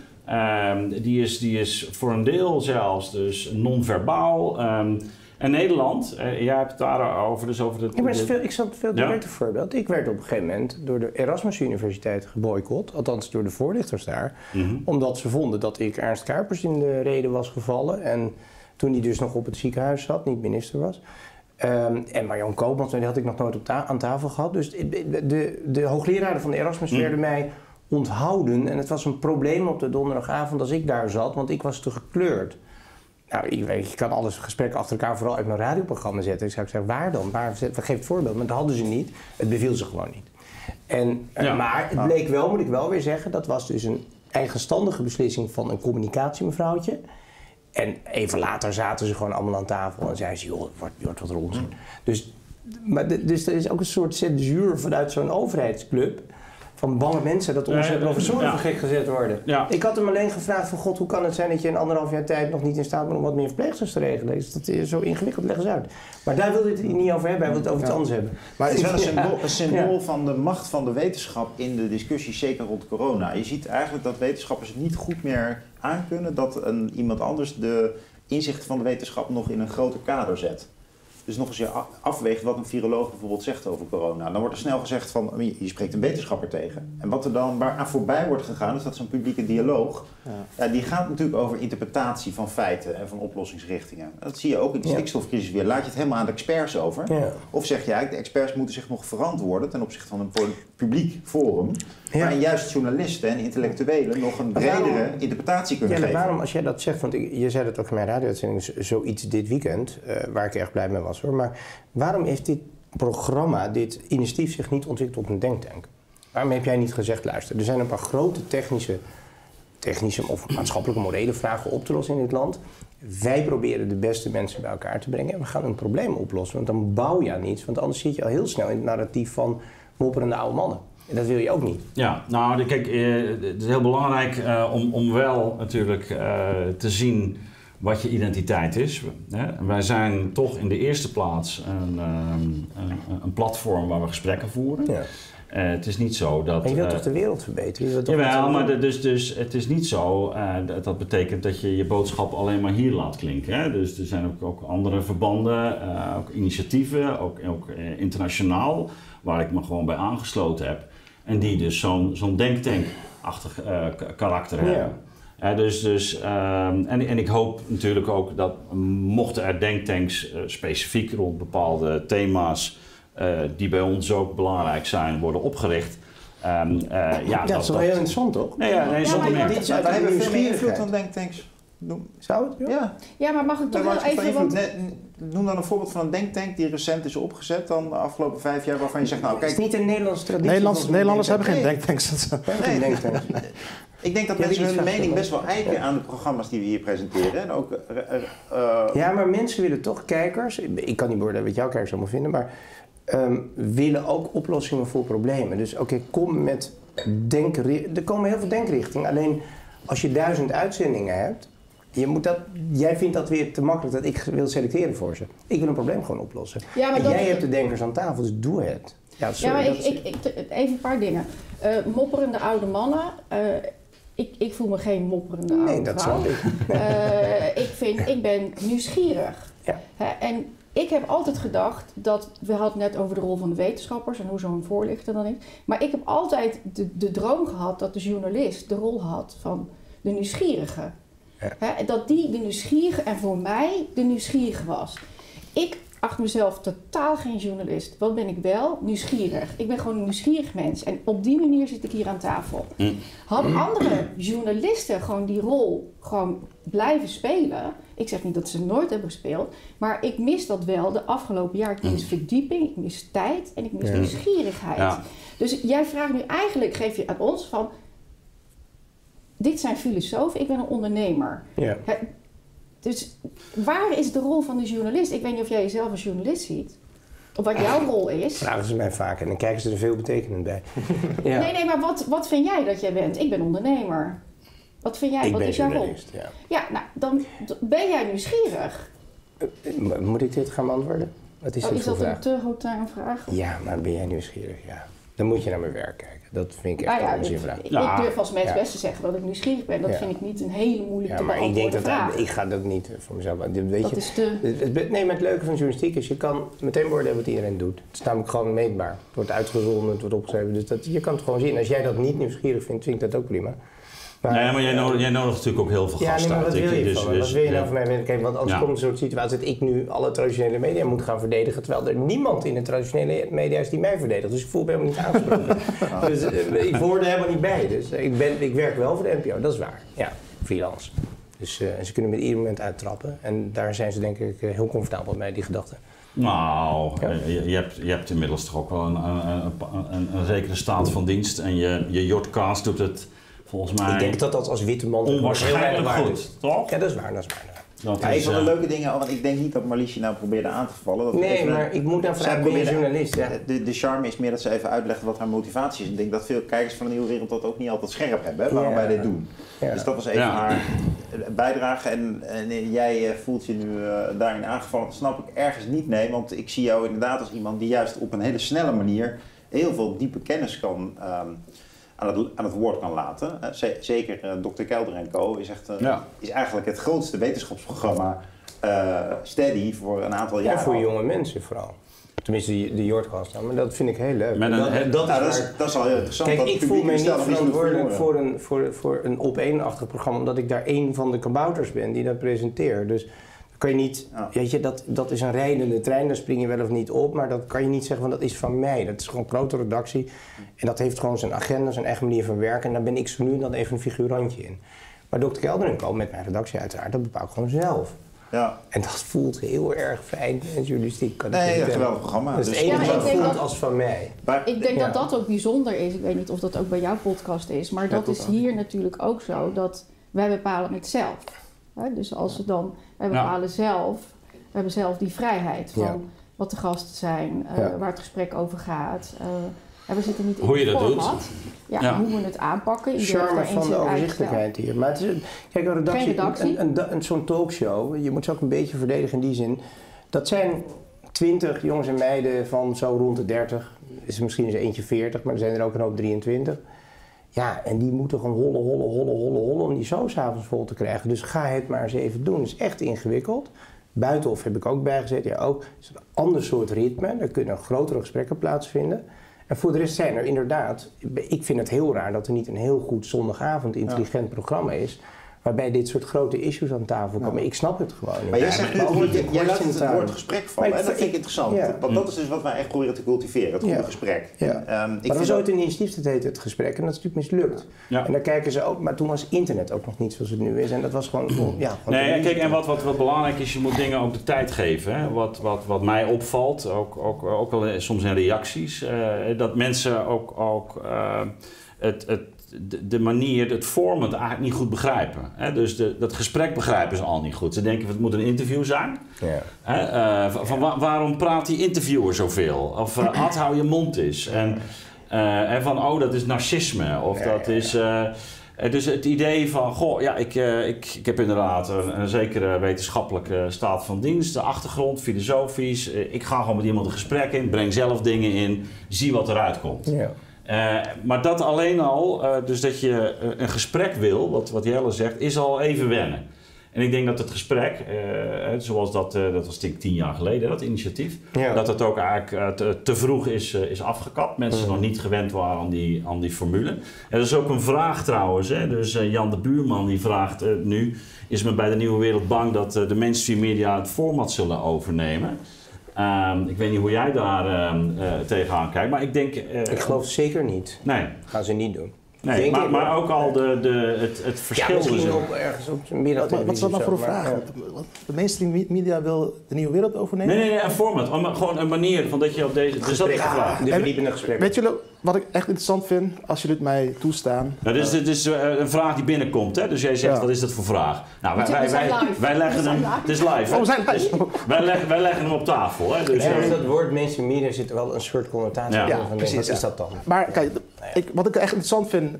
Die is voor een deel zelfs dus non-verbaal. En Nederland, jij hebt het daarover. Dus over de, ik zal het veel directer voorbeeld. Ik werd op een gegeven moment door de Erasmus Universiteit geboycott. Althans door de voorlichters daar. Omdat ze vonden dat ik Ernst Kuipers in de reden was gevallen. En toen hij dus nog op het ziekenhuis zat, niet minister was... en Marion Koopmans, die had ik nog nooit aan tafel gehad. Dus de hoogleraren van de Erasmus werden mij onthouden. En het was een probleem op de donderdagavond als ik daar zat, want ik was te gekleurd. Nou, ik kan alles gesprekken achter elkaar vooral uit mijn radioprogramma zetten. Ik zou zeggen, waar dan? Geef het voorbeeld. Maar dat hadden ze niet. Het beviel ze gewoon niet. Maar het bleek wel, moet ik wel weer zeggen, dat was dus een eigenstandige beslissing van een communicatiemevrouwtje. En even later zaten ze gewoon allemaal aan tafel en zeiden ze, joh, het wordt wat onzin. Dus er is ook een soort censuur vanuit zo'n overheidsclub van bange mensen dat onze professoren voor gek gezet worden. Ja. Ik had hem alleen gevraagd van god, hoe kan het zijn dat je in 1,5 jaar tijd nog niet in staat bent om wat meer verpleegsters te regelen? Dat is zo ingewikkeld, leg eens uit. Maar daar wil hij het niet over hebben, hij wil het over iets anders hebben. Maar het is wel een symbool van de macht van de wetenschap in de discussie, zeker rond corona. Je ziet eigenlijk dat wetenschappers het niet goed meer aankunnen dat iemand anders de inzichten van de wetenschap nog in een groter kader zet. Dus nog eens je afweegt wat een viroloog bijvoorbeeld zegt over corona. Dan wordt er snel gezegd van, je spreekt een wetenschapper tegen. En wat er dan aan voorbij wordt gegaan, is dat zo'n publieke dialoog. Die gaat natuurlijk over interpretatie van feiten en van oplossingsrichtingen. Dat zie je ook in de stikstofcrisis weer. Laat je het helemaal aan de experts over? Ja. Of zeg je eigenlijk, de experts moeten zich nog verantwoorden ten opzichte van een publiek forum. Ja. Waarin juist journalisten en intellectuelen nog een bredere interpretatie kunnen geven. Waarom, als jij dat zegt, want je zei dat ook in mijn radio-uitzending, zoiets dit weekend, waar ik erg blij mee was hoor. Maar waarom heeft dit programma, dit initiatief zich niet ontwikkeld op een denktank? Waarom heb jij niet gezegd, luister, er zijn een paar grote technische of maatschappelijke morele vragen op te lossen in dit land. Wij proberen de beste mensen bij elkaar te brengen en we gaan een probleem oplossen. Want dan bouw je aan iets, want anders zit je al heel snel in het narratief van mopperende oude mannen. En dat wil je ook niet. Ja, nou kijk, het is heel belangrijk om wel natuurlijk te zien wat je identiteit is. Wij zijn toch in de eerste plaats een platform waar we gesprekken voeren. Ja. Het is niet zo dat... En je wilt toch de wereld verbeteren? Jawel, maar dus het is niet zo dat betekent dat je je boodschap alleen maar hier laat klinken. Hè? Dus er zijn ook andere verbanden, ook initiatieven, ook internationaal, waar ik me gewoon bij aangesloten heb. En die dus zo'n denktank-achtig karakter hebben. En ik hoop natuurlijk ook dat mochten er denktanks specifiek rond bepaalde thema's die bij ons ook belangrijk zijn, worden opgericht. Dat is wel heel interessant, toch? Nee, zonder meer. Wij hebben veel meer invloed dan denktanks. Zou het? Ja, maar mag ik toch wel even... Noem dan een voorbeeld van een denktank die recent is opgezet dan de afgelopen 5 jaar, waarvan je zegt, nou kijk... Het is niet een Nederlandse traditie. Nederlanders hebben geen denktanks. Nee, denktanks. Ik denk dat mensen hun mening best wel eiken aan de programma's die we hier presenteren. En ook, ja, maar mensen willen toch, kijkers, ik kan niet beoordelen wat jouw kijkers allemaal vinden, maar willen ook oplossingen voor problemen. Dus kom met er komen heel veel denkrichtingen. Alleen als je 1000 uitzendingen hebt, jij vindt dat weer te makkelijk dat ik wil selecteren voor ze. Ik wil een probleem gewoon oplossen. Ja, maar jij hebt de denkers aan tafel, dus doe het. Ja, sorry, maar even een paar dingen. Mopperende oude mannen. Ik voel me geen mopperende oude vrouw. Nee, dat snap ik. Ik ben nieuwsgierig. Ja. En ik heb altijd gedacht dat, we hadden het net over de rol van de wetenschappers en hoe zo'n voorlichter dan is. Maar ik heb altijd de droom gehad dat de journalist de rol had van de nieuwsgierige. Ja. Dat die de nieuwsgierige en voor mij de nieuwsgierige was. Ik acht mezelf totaal geen journalist. Wat ben ik wel? Nieuwsgierig. Ik ben gewoon een nieuwsgierig mens. En op die manier zit ik hier aan tafel. Hadden andere journalisten gewoon die rol gewoon blijven spelen. Ik zeg niet dat ze nooit hebben gespeeld. Maar ik mis dat wel de afgelopen jaar. Ik mis verdieping, ik mis tijd en ik mis nieuwsgierigheid. Ja. Dus jij vraagt nu eigenlijk, geef je aan ons van... Dit zijn filosofen, ik ben een ondernemer. Ja. Dus waar is de rol van de journalist? Ik weet niet of jij jezelf als journalist ziet. Of wat jouw rol is. Vragen ze mij vaak en dan kijken ze er veel betekenend bij. Ja. Nee, maar wat vind jij dat jij bent? Ik ben ondernemer. Wat vind jij? Wat is jouw rol? Ja, nou, dan ben jij nieuwsgierig. Moet ik dit gaan beantwoorden? Wat is dit voor vraag? Is dat een te hotaine vraag? Ja, maar ben jij nieuwsgierig? Ja. Dan moet je naar mijn werk kijken. Dat vind ik echt een onzin vraag. Ik durf als mens best te zeggen dat ik nieuwsgierig ben. Dat vind ik niet een hele moeilijke te beantwoorden vraag. Ik ga dat niet voor mezelf. Weet dat je, is te... Nee, maar het leuke van journalistiek is, je kan meteen beoordelen wat iedereen doet. Het is namelijk gewoon meetbaar. Het wordt uitgezonden, het wordt opgeschreven. Dus je kan het gewoon zien. Als jij dat niet nieuwsgierig vindt, vind ik dat ook prima. Maar jij nodigt natuurlijk ook heel veel gasten uit. Wat wil je van me? Wat wil je nou van mij? Kijk, want anders komt een soort situatie dat ik nu alle traditionele media moet gaan verdedigen, terwijl er niemand in de traditionele media is die mij verdedigt. Dus ik voel me helemaal niet aangesproken. Dus ik hoor er helemaal niet bij. Dus ik werk wel voor de NPO, dat is waar. Ja, freelance. Dus en ze kunnen me ieder moment uittrappen. En daar zijn ze denk ik heel comfortabel mee, die gedachten. Nou, je hebt inmiddels toch ook wel een zekere staat van dienst. En je Jordcast doet het... Volgens mij... Ik denk dat als witte man onwaarschijnlijk goed, toch? Ja, dat is waar. Een van de leuke dingen, want ik denk niet dat Marliesje nou probeerde aan te vallen. Maar ik moet nou vragen, ben je journalist? Ja. De charme is meer dat ze even uitlegt wat haar motivatie is. Ik denk dat veel kijkers van de Nieuwe Wereld dat ook niet altijd scherp hebben, waarom wij dit doen. Ja. Dus dat was even haar bijdrage en jij voelt je nu daarin aangevallen. Dat snap ik ergens niet, nee, want ik zie jou inderdaad als iemand die juist op een hele snelle manier heel veel diepe kennis kan... aan het woord kan laten. Zeker Dr. Kelder & Co. is eigenlijk het grootste wetenschapsprogramma steady voor een aantal jaar. Ja, voor jonge mensen vooral. Tenminste, de Jordcast dan. Maar dat vind ik heel leuk. Dat is al heel interessant. Kijk, ik voel me niet verantwoordelijk voor een op-één-achtig programma, omdat ik daar één van de kabouters ben die dat presenteert. Dus kan je niet, weet je, dat is een rijdende trein, daar spring je wel of niet op, maar dat kan je niet zeggen van dat is van mij. Dat is gewoon een grote redactie en dat heeft gewoon zijn agenda, zijn eigen manier van werken en daar ben ik zo nu en dan even een figurantje in. Maar Dr. Kelder & Co. met mijn redactie uiteraard, dat bepaal ik gewoon zelf. Ja. En dat voelt heel erg fijn en journalistiek. Nee, een geweldig programma. Dat is het enige wat voelt als van mij. Ik denk dat dat ook bijzonder is. Ik weet niet of dat ook bij jouw podcast is, maar dat is hier natuurlijk ook zo, dat wij bepalen het zelf. Dus als we dan, wij bepalen zelf, we hebben zelf die vrijheid van wat de gasten zijn, waar het gesprek over gaat. We zitten niet in hoe je het dat format. doet. Ja, hoe we het aanpakken. Charme van de overzichtelijkheid hier. Maar het is, kijk, een redactie. Zo'n talkshow, je moet ze ook een beetje verdedigen in die zin. Dat zijn 20 jongens en meiden van zo rond de 30. Is er misschien eens eentje 40, maar er zijn er ook een hoop 23. Ja, en die moeten gewoon hollen om die show 's avonds vol te krijgen. Dus ga het maar eens even doen. Het is echt ingewikkeld. Buitenhof heb ik ook bijgezet. Ja, ook. Het is een ander soort ritme. Daar kunnen grotere gesprekken plaatsvinden. En voor de rest zijn er inderdaad... Ik vind het heel raar dat er niet een heel goed zondagavond intelligent programma is... waarbij dit soort grote issues aan tafel komen. Ik snap het gewoon niet. Maar jij zegt jij laat het woord gesprek vallen en dat vind ik interessant. Ja. Want dat is dus wat wij echt proberen te cultiveren, het goede gesprek. Ja. Maar er was ooit een initiatief, dat heette het gesprek, en dat is natuurlijk mislukt. Ja. En daar kijken ze ook, maar toen was internet ook nog niet zoals het nu is. En dat was gewoon, Nee, kijk, en wat belangrijk is, je moet dingen ook de tijd geven. Hè? Wat mij opvalt, ook wel soms in reacties, dat mensen ook de manier, het format eigenlijk niet goed begrijpen. Hè? Dus dat gesprek begrijpen ze al niet goed. Ze denken, het moet een interview zijn. Ja. Waarom praat die interviewer zoveel? Of hou je mond eens. En van, dat is narcisme. Of dat is... Dus het idee van, ik heb inderdaad een zekere wetenschappelijke staat van dienst, de achtergrond, filosofisch. Ik ga gewoon met iemand een gesprek in, breng zelf dingen in, zie wat eruit komt. Ja. Maar dat alleen al, dus dat je een gesprek wil, wat Jelle zegt, is al even wennen. En ik denk dat het gesprek, zoals dat was 10 jaar geleden, dat initiatief, dat het ook eigenlijk te vroeg is afgekapt. Mensen nog niet gewend waren aan die formule. En dat is ook een vraag trouwens. Hè? Dus Jan de Buurman die vraagt nu, is men bij de Nieuwe Wereld bang dat de mainstream media het format zullen overnemen? Ik weet niet hoe jij daar tegenaan kijkt, maar ik denk... ik geloof zeker niet. Nee. Gaan ze niet doen. Nee, maar ook al het verschil. Ja, misschien ook ergens op een middagtelevisie. Wat is dat nou voor een vraag? De mainstream media wil de Nieuwe Wereld overnemen? Nee, een format. Gewoon een manier van dat je op deze... Dus dat is de vraag. De verdiepende gesprekken. Weet jullie wat ik echt interessant vind, als jullie het mij toestaan? Nou, dit is een vraag die binnenkomt, hè? Dus jij zegt, wat is dat voor vraag? Nou, wij leggen hem... Het is live, hè? We zijn live. Wij leggen hem op tafel, hè? Dus, dat woord mainstream media zit er wel een soort connotatie in. Ja, precies. Wat is dat dan? Maar kijk, wat ik echt interessant vind,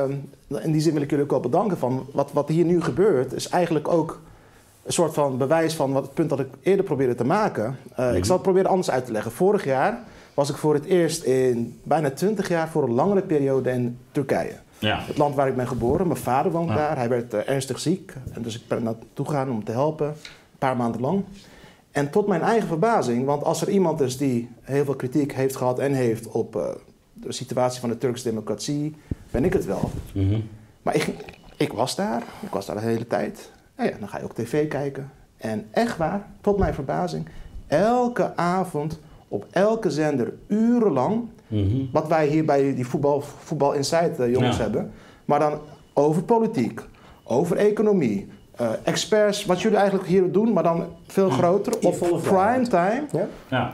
in die zin wil ik jullie ook wel bedanken van, wat hier nu gebeurt, is eigenlijk ook een soort van bewijs van het punt dat ik eerder probeerde te maken. Ik zal het proberen anders uit te leggen. Vorig jaar was ik voor het eerst in bijna 20 jaar voor een langere periode in Turkije. Ja. Het land waar ik ben geboren. Mijn vader woont daar. Hij werd ernstig ziek. En dus ik ben naartoe gegaan om hem te helpen. Een paar maanden lang. En tot mijn eigen verbazing, want als er iemand is die heel veel kritiek heeft gehad en heeft op de situatie van de Turkse democratie, ben ik het wel. Maar ik was daar. Ik was daar de hele tijd. En ja, dan ga je ook tv kijken. En echt waar, tot mijn verbazing, elke avond op elke zender urenlang, wat wij hier bij die voetbal Inside jongens hebben, maar dan over politiek, over economie, experts, wat jullie eigenlijk hier doen, maar dan veel groter, op prime time. Ja.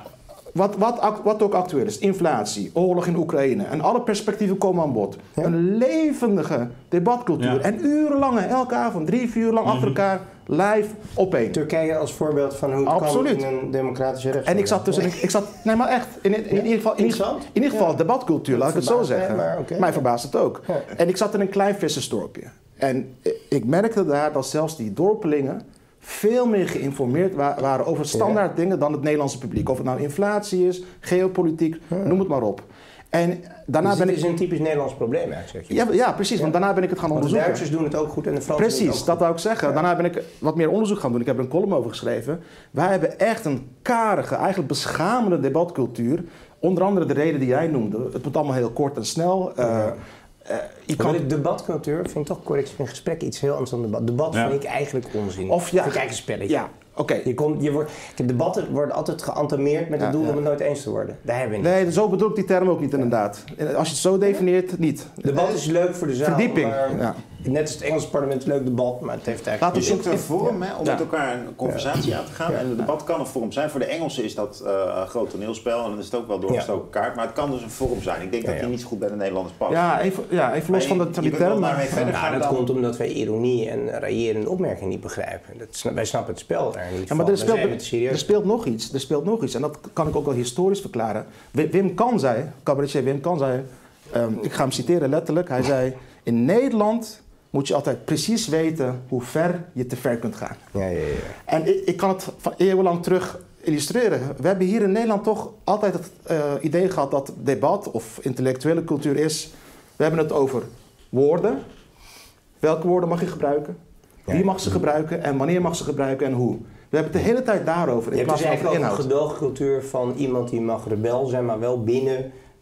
Wat ook actueel is, inflatie, oorlog in Oekraïne en alle perspectieven komen aan bod. Ja. Een levendige debatcultuur en urenlang, elke avond, 3-4 uur lang achter elkaar, live opeen. Turkije als voorbeeld van hoe het kan in een democratische rechtsstaat. En ik zat tussen, nee maar echt, in ieder geval debatcultuur, laat ik het zo zeggen. Mij verbaast het ook. Ja. En ik zat in een klein vissersdorpje. En ik merkte daar dat zelfs die dorpelingen veel meer geïnformeerd waren over standaard dingen dan het Nederlandse publiek. Of het nou inflatie is, geopolitiek, noem het maar op. En daarna dus het is een typisch Nederlands probleem eigenlijk. Ja, precies, want daarna ben ik het gaan onderzoeken. De Duitsers doen het ook goed en de Fransen precies, doen het ook dat wou ik zeggen. Ja. Daarna ben ik wat meer onderzoek gaan doen. Ik heb er een column over geschreven. Wij hebben echt een karige, eigenlijk beschamende debatcultuur. Onder andere de reden die jij noemde. Het wordt allemaal heel kort en snel. De debatcultuur vind ik toch correct in gesprek iets heel anders dan debat. Debat vind ik eigenlijk onzin. Of vind ik eigenlijk een spelletje. Ja, oké. Debatten worden altijd geantameerd met het doel om het nooit eens te worden. Daar hebben we niet. Nee, zo bedoel ik die term ook niet inderdaad. Als je het zo definieert, niet. Debat is leuk voor de zaal. Verdieping. Maar net als het Engelse parlement leuk debat, maar het heeft eigenlijk... Laten we zoeken een forum om met elkaar een conversatie aan te gaan. En het debat kan een forum zijn. Voor de Engelsen is dat een groot toneelspel en dan is het ook wel doorgestoken kaart. Maar het kan dus een forum zijn. Ik denk dat die niet zo goed bij de Nederlanders past. Even los van de term. Dat komt omdat wij ironie en railleren opmerkingen niet begrijpen. Wij snappen het spel er niet van. Maar er speelt nog iets. En dat kan ik ook wel historisch verklaren. Wim Kan cabaretier Wim Kan zei, ik ga hem citeren letterlijk. Hij zei, in Nederland moet je altijd precies weten hoe ver je te ver kunt gaan. Ja. En ik kan het van eeuwenlang terug illustreren. We hebben hier in Nederland toch altijd het idee gehad dat debat of intellectuele cultuur is. We hebben het over woorden. Welke woorden mag je gebruiken? Wie mag ze gebruiken en wanneer mag ze gebruiken en hoe? We hebben het de hele tijd daarover. Je hebt dus eigenlijk ook een gedoogcultuur van iemand die mag rebel zijn, maar wel binnen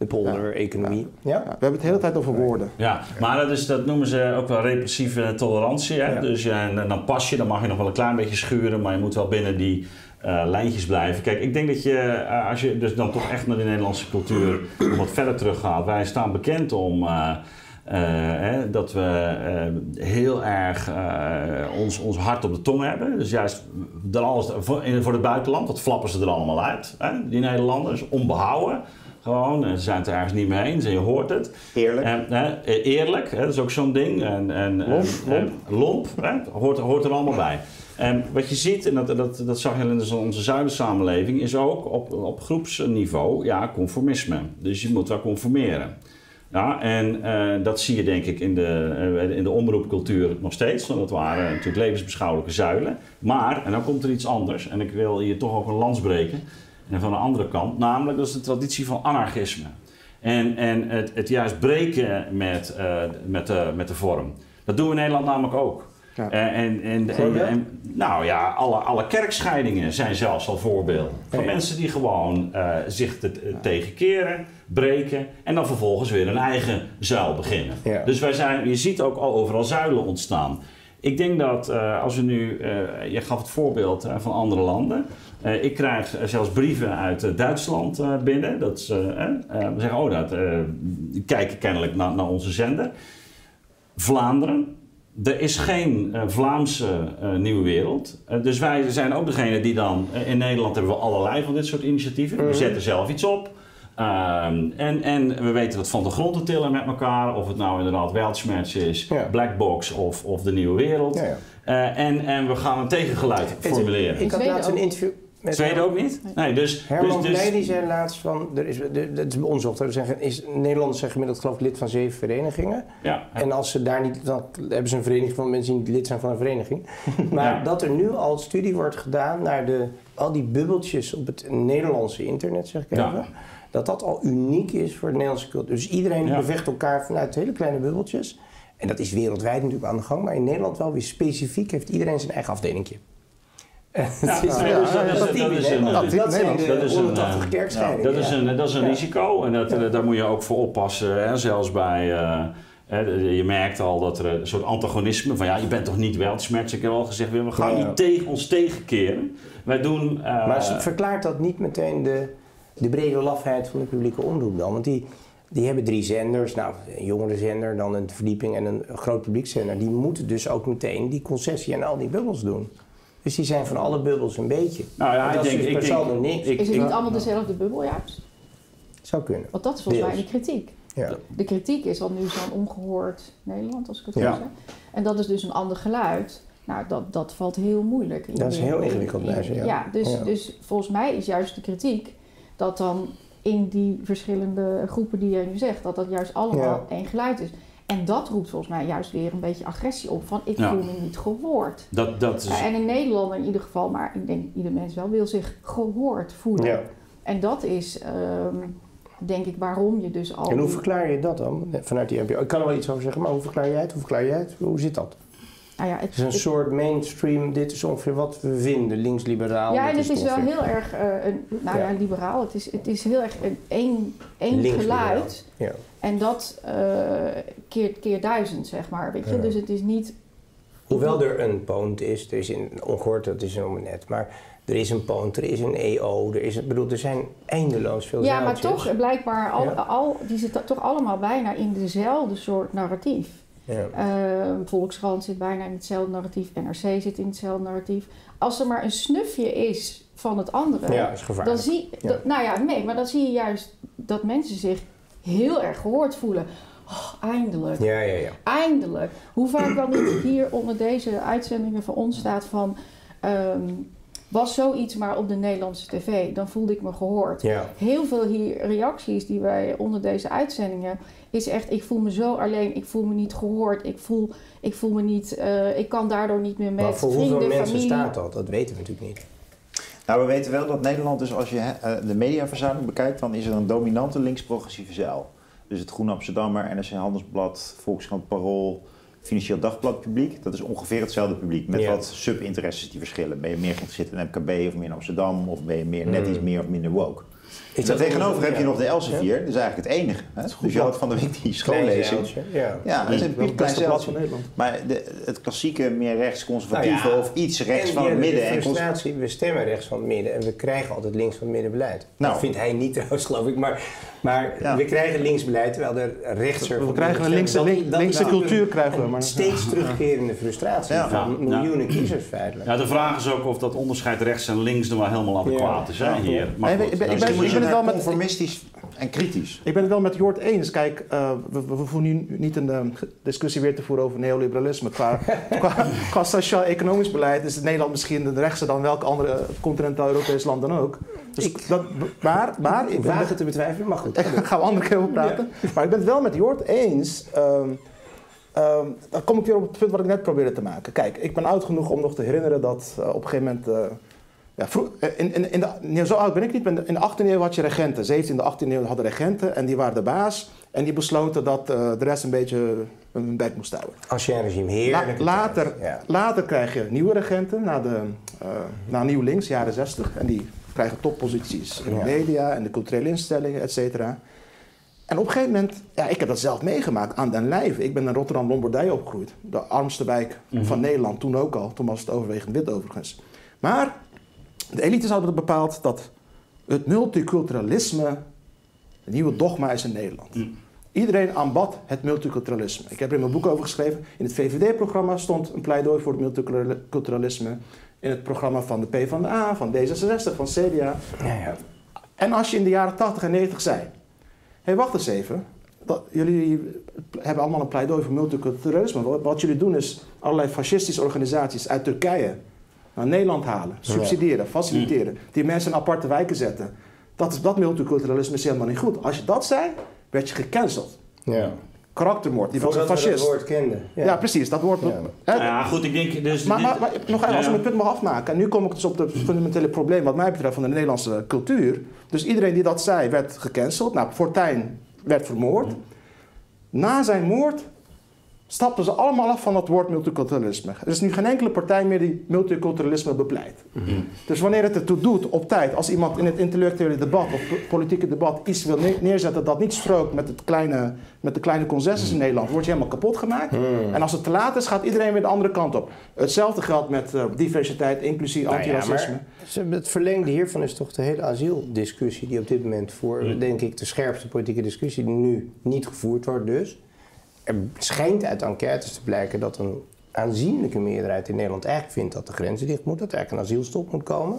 de polder-economie. Ja. We hebben het de hele tijd over woorden. Ja, maar dat noemen ze ook wel repressieve tolerantie. Hè? Ja. Dus dan pas je, dan mag je nog wel een klein beetje schuren, maar je moet wel binnen die lijntjes blijven. Kijk, ik denk dat je, als je dus dan toch echt naar de Nederlandse cultuur wat verder teruggaat. Wij staan bekend om dat we heel erg ons hart op de tong hebben. Dus juist voor het buitenland, dat flappen ze er allemaal uit. Hè? Die Nederlanders, onbehouden. Gewoon, ze zijn het er ergens niet mee eens en je hoort het. Eerlijk. Eerlijk, hè, dat is ook zo'n ding. Lomp, hè, hoort er allemaal bij. Wat je ziet, en dat zag je in onze zuidensamenleving, is ook op groepsniveau conformisme. Dus je moet wel conformeren. Ja, en dat zie je denk ik in de omroepcultuur nog steeds. Want dat waren natuurlijk levensbeschouwelijke zuilen. Maar, en dan komt er iets anders, en ik wil hier toch ook een lans breken. En van de andere kant, namelijk dat is de traditie van anarchisme. En het juist breken met de vorm. Dat doen we in Nederland namelijk ook. Ja. Alle kerkscheidingen zijn zelfs al voorbeelden. Van mensen die gewoon zich tegenkeren, breken en dan vervolgens weer een eigen zuil beginnen. Ja. Dus je ziet ook al overal zuilen ontstaan. Ik denk dat als we nu, je gaf het voorbeeld van andere landen. Ik krijg zelfs brieven uit Duitsland binnen. Dat we zeggen, die kijken kennelijk naar onze zender. Vlaanderen. Er is geen Vlaamse nieuwe wereld. Dus wij zijn ook degene die dan... in Nederland hebben we allerlei van dit soort initiatieven. We zetten zelf iets op. En we weten dat van de grond te tillen met elkaar. Of het nou inderdaad Weltschmerz is, Blackbox of de nieuwe wereld. Ja. En we gaan een tegengeluid formuleren. Ik had laatst een interview... Zweden ook niet? Nee, dus... Herman Blij die zei laatst van... Dat is onderzocht. Nederlanders zijn gemiddeld geloof ik lid van 7 verenigingen. Ja. En als ze daar niet... Dan hebben ze een vereniging van mensen die niet lid zijn van een vereniging. Maar dat er nu al studie wordt gedaan naar al die bubbeltjes op het Nederlandse internet, zeg ik even. Dat al uniek is voor de Nederlandse cultuur. Dus iedereen bevecht elkaar vanuit hele kleine bubbeltjes. En dat is wereldwijd natuurlijk aan de gang. Maar in Nederland wel weer specifiek heeft iedereen zijn eigen afdelingje. Dat is een risico en daar moet je ook voor oppassen. En zelfs bij, je merkt al dat er een soort antagonisme van je bent toch niet Weltschmerz. Ik heb al gezegd, we gaan niet ons tegenkeren. Wij doen... Maar verklaart dat niet meteen de brede lafheid van de publieke omroep dan? Want die hebben 3 zenders, een jongerenzender, dan een verdieping en een groot publiekszender. Die moeten dus ook meteen die concessie en al die bubbels doen. Dus die zijn van alle bubbels een beetje. Nou ja, is het niet allemaal dezelfde bubbel juist? Zou kunnen. Want dat is volgens mij de kritiek. Ja. De kritiek is al nu zo'n ongehoord Nederland, als ik het zo zeg. En dat is dus een ander geluid. Nou, dat valt heel moeilijk. Dat is heel ingewikkeld. Dus volgens mij is juist de kritiek dat dan in die verschillende groepen die jij nu zegt, dat juist allemaal één geluid is. En dat roept volgens mij juist weer een beetje agressie op van ik voel me niet gehoord. Dat is... En in Nederland in ieder geval, maar ik denk ieder mens wel wil zich gehoord voelen. Ja. En dat is denk ik waarom je dus al... En hoe verklaar je dat dan vanuit die NPO? Ik kan er wel iets over zeggen, maar hoe verklaar jij het? Hoe zit dat? Nou ja, het is een soort mainstream, dit is ongeveer wat we vinden, links-liberaal. Ja, en het is wel heel erg, liberaal, het is heel erg één geluid. Ja. En dat keer 1000, zeg maar, weet je. Ja. Dus het is niet... Hoewel er een Poont is, er is ongehoord, dat is een net, maar er is een Poont, er is een EO, er zijn eindeloos veel zaaltjes. Ja, maar toch blijkbaar, die zitten toch allemaal bijna in dezelfde soort narratief. Ja. Volkskrant zit bijna in hetzelfde narratief, NRC zit in hetzelfde narratief. Als er maar een snufje is van het andere, is gevaarlijk. Dan zie je juist dat mensen zich heel erg gehoord voelen. Oh, eindelijk. Ja. Eindelijk. Hoe vaak wel niet hier onder deze uitzendingen van ons staat van... was zoiets maar op de Nederlandse tv, dan voelde ik me gehoord. Ja. Heel veel reacties die wij onder deze uitzendingen... is echt, ik voel me zo alleen, ik voel me niet gehoord, ik voel me niet... ik kan daardoor niet meer met vrienden, familie... Maar voor hoeveel mensen staat dat? Dat weten we natuurlijk niet. Nou, we weten wel dat Nederland, dus als je de mediaverzameling bekijkt, dan is er een dominante links-progressieve zuil. Dus het Groene Amsterdammer, NRC Handelsblad, Volkskrant, Parool, Financieel Dagblad publiek. Dat is ongeveer hetzelfde publiek, met wat sub-interesses die verschillen. Ben je meer geïnteresseerd in MKB of meer in Amsterdam, of ben je meer, net iets meer of minder woke? Tegenover heb je nog de Elsevier, dat is eigenlijk het enige. Hè? Dus je had van de week die schoollezing. Ja, dat is een piepklein zeiltje. Maar het klassieke meer rechts-conservatieve of iets rechts van het midden. De frustratie, we stemmen rechts van het midden en we krijgen altijd links van het midden beleid. Dat vindt hij niet trouwens, geloof ik. Maar we krijgen links beleid terwijl er rechtser... We krijgen een linkse cultuur krijgen we. Maar steeds terugkerende frustratie van miljoenen kiezers feitelijk. Ja, de vraag is ook of dat onderscheid rechts en links nog wel helemaal adequaat is hier. Maar ik ben het wel conformistisch en kritisch. Ik ben het wel met Jort eens. Kijk, we hoeven nu niet een discussie weer te voeren over neoliberalisme. Qua sociaal-economisch beleid is Nederland misschien de rechtse dan welk andere continentaal-Europees land dan ook. Dus maar ik waag het te betwijfelen, mag goed. Daar gaan we andere keer over praten. Ja. Maar ik ben het wel met Jort eens. Dan kom ik weer op het punt wat ik net probeerde te maken. Kijk, ik ben oud genoeg om nog te herinneren dat op een gegeven moment... zo oud ben ik niet, maar in de 18e eeuw had je regenten. 17e, 18e eeuw hadden regenten en die waren de baas. En die besloten dat de rest een beetje hun bek moest houden. Ancien regime, heerlijk. Later krijg je nieuwe regenten, na Nieuw Links, jaren 60. En die krijgen topposities in de media en de culturele instellingen, et cetera. En op een gegeven moment, ik heb dat zelf meegemaakt aan den lijve. Ik ben in Rotterdam-Lombardije opgegroeid. De armste wijk van Nederland, toen ook al. Toen was het overwegend wit overigens. Maar de elites hadden bepaald dat het multiculturalisme een nieuwe dogma is in Nederland. Iedereen aanbad het multiculturalisme. Ik heb er in mijn boek over geschreven. In het VVD-programma stond een pleidooi voor het multiculturalisme. In het programma van de PvdA, van D66, van CDA. Ja. En als je in de jaren 80 en 90 zei... Hé, wacht eens even. Jullie hebben allemaal een pleidooi voor multiculturalisme. Wat jullie doen is allerlei fascistische organisaties uit Turkije naar Nederland halen. Subsidiëren, faciliteren. Die mensen in aparte wijken zetten. Dat multiculturalisme is helemaal niet goed. Als je dat zei, werd je gecanceld. Ja. Karaktermoord, die was een fascist. Dat woord kenden. Ja, precies, dat woord. Ja, goed, ik denk dus... Maar nog even, als we het punt mag afmaken. En nu kom ik dus op het fundamentele probleem wat mij betreft van de Nederlandse cultuur. Dus iedereen die dat zei, werd gecanceld. Nou, Fortuyn werd vermoord. Na zijn moord stappen ze allemaal af van dat woord multiculturalisme. Er is nu geen enkele partij meer die multiculturalisme bepleit. Dus wanneer het ertoe doet op tijd, als iemand in het intellectuele debat of politieke debat iets wil neerzetten dat niet strookt met de kleine consensus in Nederland, wordt je helemaal kapot gemaakt. En als het te laat is, gaat iedereen weer de andere kant op. Hetzelfde geldt met diversiteit, inclusie, antiracisme. Het verlengde hiervan is toch de hele asieldiscussie die op dit moment denk ik, de scherpste politieke discussie die nu niet gevoerd wordt dus. Er schijnt uit enquêtes te blijken dat een aanzienlijke meerderheid in Nederland eigenlijk vindt dat de grenzen dicht moeten, dat er eigenlijk een asielstop moet komen.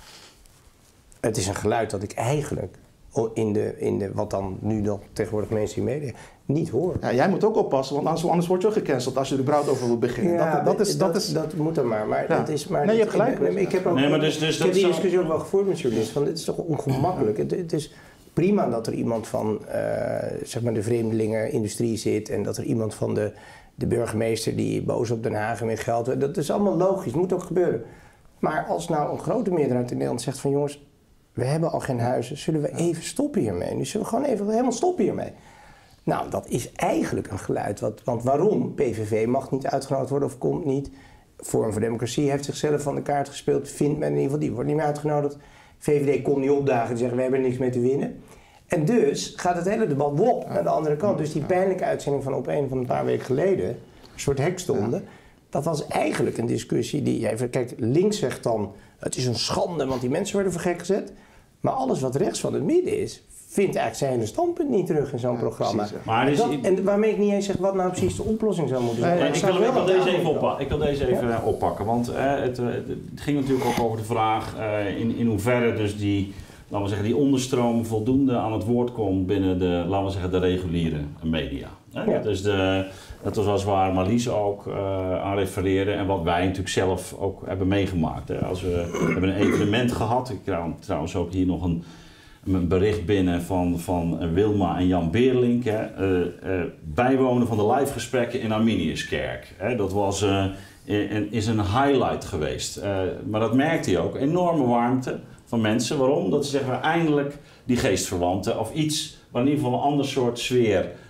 Het is een geluid dat ik eigenlijk in de wat dan nu nog tegenwoordig mainstream media niet hoor. Ja, jij moet ook oppassen, want anders word je ook gecanceld als je er überhaupt over wil beginnen. Ja, dat moet dan maar. Ja. Dat is maar. Nee, je hebt gelijk. Ik heb die discussie ook wel gevoerd met journalisten. Van dit is toch ongemakkelijk. Het is prima dat er iemand van zeg maar de vreemdelingenindustrie zit en dat er iemand van de burgemeester die boos op Den Haag meer geld. Dat is allemaal logisch, moet ook gebeuren. Maar als nou een grote meerderheid in Nederland zegt van jongens, we hebben al geen huizen, zullen we even stoppen hiermee? Nu zullen we gewoon even helemaal stoppen hiermee. Nou, dat is eigenlijk een geluid. Want waarom? PVV mag niet uitgenodigd worden of komt niet. Forum voor Democratie heeft zichzelf van de kaart gespeeld. Vindt men in ieder geval, die wordt niet meer uitgenodigd. VVD komt niet opdagen en zeggen we hebben er niks mee te winnen. En dus gaat het hele debat wop naar de andere kant. Dus die pijnlijke uitzending van Op1 van een paar weken geleden, een soort hekstonde, dat was eigenlijk een discussie die, kijk, links zegt dan, het is een schande, want die mensen worden voor gek gezet. Maar alles wat rechts van het midden is, vindt eigenlijk zijn hele standpunt niet terug in zo'n programma. Precies, en waarmee ik niet eens zeg wat nou precies de oplossing zou moeten zijn. Ik wil deze even oppakken, want het ging natuurlijk ook over de vraag in hoeverre dus die onderstroom voldoende aan het woord komt binnen de reguliere media. Ja. Dus dat was als waar Marlies ook aan refereerde en wat wij natuurlijk zelf ook hebben meegemaakt. Hè. We hebben een evenement gehad, ik krijg trouwens ook hier nog een bericht binnen van Wilma en Jan Beerlink, bijwonen van de live gesprekken in Arminiuskerk. Dat was, is een highlight geweest. Maar dat merkte je ook, enorme warmte van mensen. Waarom? Dat ze zeggen eindelijk die geestverwanten of iets waar in ieder geval een ander soort sfeer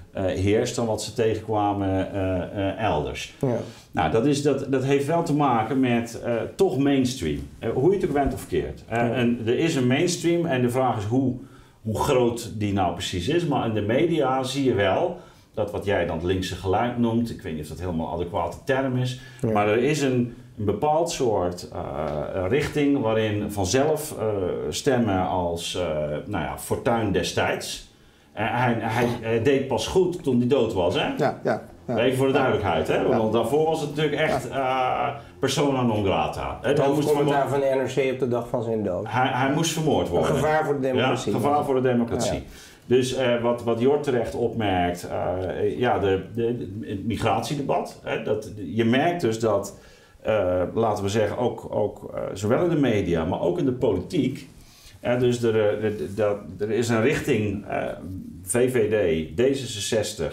heerst dan wat ze tegenkwamen elders. Ja. Nou, dat heeft wel te maken met toch mainstream. Hoe je het ook went of keert. En er is een mainstream en de vraag is hoe groot die nou precies is. Maar in de media zie je wel dat wat jij dan het linkse geluid noemt, ik weet niet of dat helemaal een adequate term is, maar er is een bepaald soort richting waarin vanzelf stemmen als Fortuyn destijds. Hij deed pas goed toen hij dood was, hè? Ja. Even voor de duidelijkheid, hè? Want daarvoor was het natuurlijk echt persona non grata. Het hoofdcommentaar van de NRC op de dag van zijn dood. Hij moest vermoord worden. Een gevaar voor de democratie. Ja, gevaar voor de democratie. Ja. Dus wat Jort terecht opmerkt, het migratiedebat. Je merkt dus dat, laten we zeggen, ook zowel in de media, maar ook in de politiek. Dus er is een richting VVD, D66,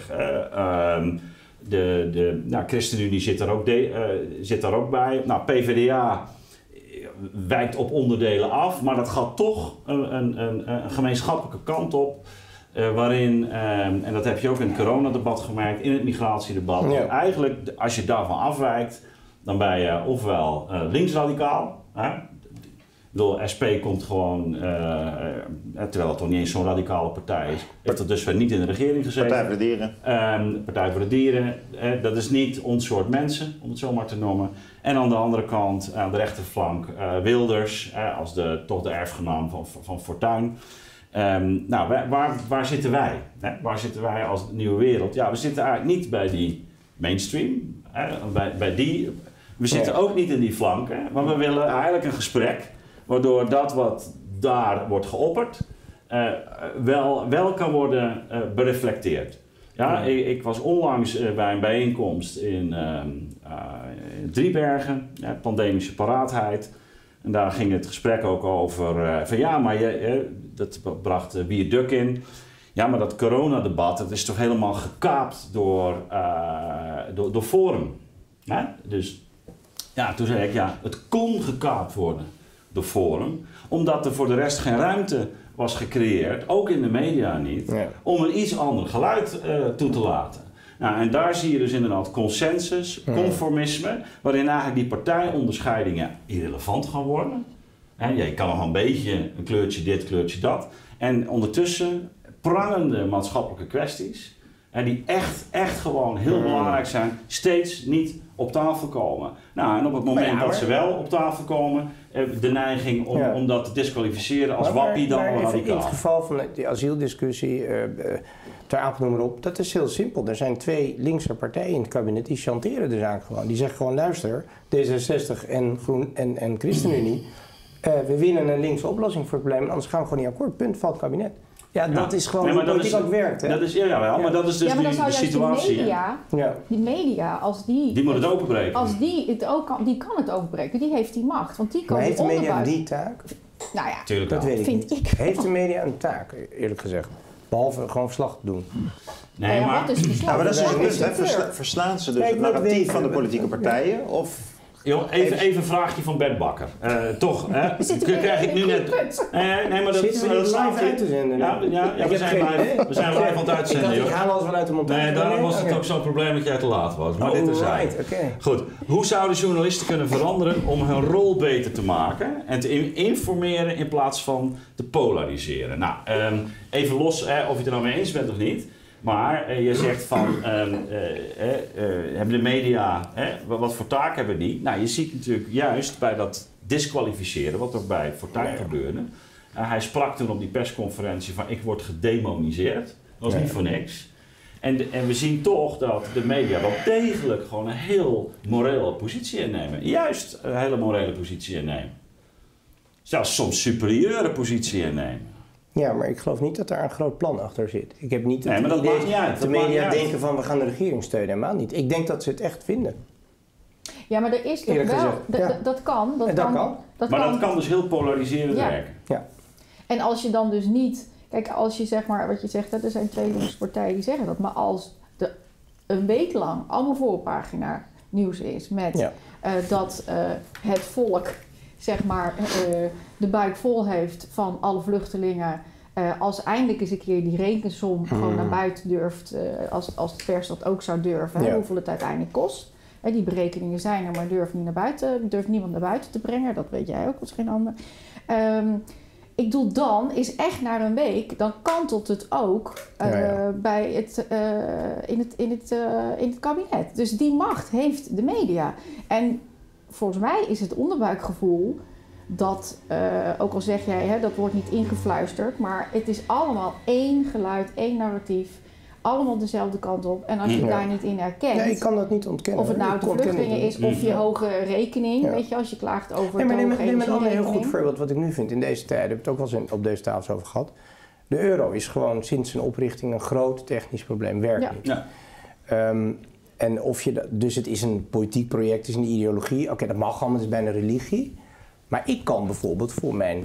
ChristenUnie zit daar ook bij. Nou, PvdA wijkt op onderdelen af, maar dat gaat toch een gemeenschappelijke kant op. Waarin, en dat heb je ook in het coronadebat gemerkt, in het migratiedebat. Ja. Eigenlijk, als je daarvan afwijkt, dan ben je ofwel linksradicaal. SP komt gewoon, terwijl het toch niet eens zo'n radicale partij is, heeft er dus niet in de regering gezeten. Partij voor de Dieren. Partij voor de Dieren, dat is niet ons soort mensen, om het zo maar te noemen. En aan de andere kant, aan de rechterflank, Wilders, als toch de erfgenaam van Fortuyn. Waar zitten wij? Waar zitten wij als Nieuwe Wereld? Ja, we zitten eigenlijk niet bij die mainstream, bij die. We zitten ook niet in die flanken, maar we willen eigenlijk een gesprek waardoor dat wat daar wordt geopperd wel kan worden bereflecteerd. Ja, ik was onlangs bij een bijeenkomst in Driebergen, pandemische paraatheid. En daar ging het gesprek ook over dat bracht Wier Duk in. Ja, maar dat coronadebat, dat is toch helemaal gekaapt door Forum. Dus ja, toen zei ik, het kon gekaapt worden door Forum, omdat er voor de rest geen ruimte was gecreëerd, ook in de media niet, om een iets ander geluid toe te laten. Nou, en daar zie je dus inderdaad consensus, conformisme, waarin eigenlijk die partijonderscheidingen irrelevant gaan worden. Je kan nog een beetje een kleurtje dit, kleurtje dat. En ondertussen prangende maatschappelijke kwesties, die echt gewoon heel belangrijk zijn, steeds niet op tafel komen. Nou, en op het moment dat ze wel op tafel komen, de neiging om dat te disqualificeren als wappie dan radicaal. In het geval van de asieldiscussie, ter Apel noem maar op, dat is heel simpel. Er zijn 2 linkse partijen in het kabinet die chanteren de zaak gewoon. Die zeggen gewoon, luister, D66 en ChristenUnie, we winnen een linkse oplossing voor het probleem, anders gaan we gewoon niet akkoord. Punt, valt het kabinet. Ja, dat is gewoon hoe politiek ook werkt. Hè? Dat is, maar dat is dus de situatie. Die media, als die... Die moet het openbreken. Als die kan het openbreken. Die heeft die macht. Want die kan maar heeft de media die taak? Nou ja, tuurlijk dat weet ik vind niet. Heeft de media een taak, eerlijk gezegd? Behalve gewoon verslag te doen. Nee, maar... Wat is verslag? Maar dat is dus het punt, hè? Verslaan ze dus het narratief van de politieke partijen? Of... Even een vraagje van Bert Bakker. Toch, hè? Krijg ik nu net... Nee, maar dat is live uit te zenden. We zijn live aan het uitzenden. Ik haal alles vanuit de montage. Nee, daarom was het ook zo'n probleem dat jij te laat was. Maar dit is Goed. Hoe zouden journalisten kunnen veranderen om hun rol beter te maken en te informeren in plaats van te polariseren? Nou, even los of je het er nou mee eens bent of niet. Maar je zegt van, hebben de media, wat voor taak hebben die? Nou, je ziet natuurlijk juist bij dat disqualificeren, wat ook bij Fortuyn gebeurde. Hij sprak toen op die persconferentie van, ik word gedemoniseerd. Dat was niet voor niks. En we zien toch dat de media wel degelijk gewoon een heel morele positie innemen. Juist een hele morele positie innemen. Zelfs soms superieure positie innemen. Ja, maar ik geloof niet dat daar een groot plan achter zit. Ik heb niet het idee dat de media denken van we gaan de regering steunen. Helemaal niet. Ik denk dat ze het echt vinden. Ja, maar er is toch wel... Dat kan. Dat kan dus heel polariserend werken. Ja. En als je dan dus niet... Kijk, als je zeg maar wat je zegt, er zijn 2 linkse partijen die zeggen dat. Maar als een week lang allemaal voorpagina nieuws is met dat het volk zeg maar de buik vol heeft van alle vluchtelingen Als eindelijk eens een keer die rekensom gewoon naar buiten durft, als de pers dat ook zou durven, hoeveel het uiteindelijk kost. Die berekeningen zijn er, maar durft niemand naar buiten te brengen. Dat weet jij ook als geen ander. Ik bedoel, dan is echt na een week, dan kantelt het ook bij in het kabinet. Dus die macht heeft de media. En volgens mij is het onderbuikgevoel dat, ook al zeg jij, dat wordt niet ingefluisterd, maar het is allemaal één geluid, één narratief. Allemaal dezelfde kant op. En als je daar niet in herkent... Nee, ik kan dat niet ontkennen. Of het nou de vluchtelingen is of je hoge rekening. Weet je, als je klaagt over het hoge energierekening. Neem een heel goed voorbeeld wat ik nu vind. In deze tijden, heb ik het ook wel eens op deze tafel over gehad. De euro is gewoon sinds zijn oprichting een groot technisch probleem. Werkt niet. Ja. En of je dus het is een politiek project, het is een ideologie. Oké, dat mag allemaal, het is bijna religie. Maar ik kan bijvoorbeeld voor mijn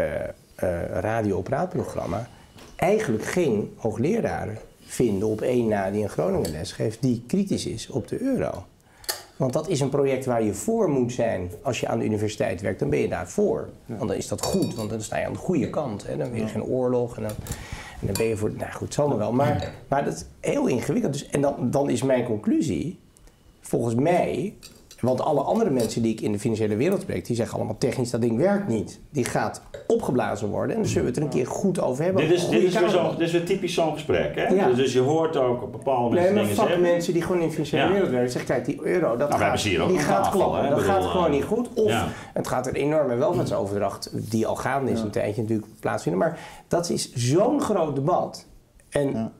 radio-praatprogramma eigenlijk geen hoogleraren vinden op één na die in Groningen les geeft, die kritisch is op de euro. Want dat is een project waar je voor moet zijn. Als je aan de universiteit werkt, dan ben je daarvoor. Want dan is dat goed, want dan sta je aan de goede kant. Hè? Dan ben je geen oorlog en dan ben je voor... Nou goed, het zal nog wel. Maar dat is heel ingewikkeld. Dus, en dan is mijn conclusie, volgens mij... Want alle andere mensen die ik in de financiële wereld spreek, die zeggen allemaal technisch, dat ding werkt niet. Die gaat opgeblazen worden en dan zullen we het er een keer goed over hebben. Dit is weer typisch zo'n gesprek, hè? Ja. Dus je hoort ook op bepaalde mensen dingen zeggen. Mensen die gewoon in de financiële wereld werken, zeggen, kijk, die euro, dat gaat klappen. Dat gaat gewoon niet goed. Of het gaat een enorme welvaartsoverdracht, die al gaande is een tijdje natuurlijk plaatsvinden. Maar dat is zo'n groot debat. En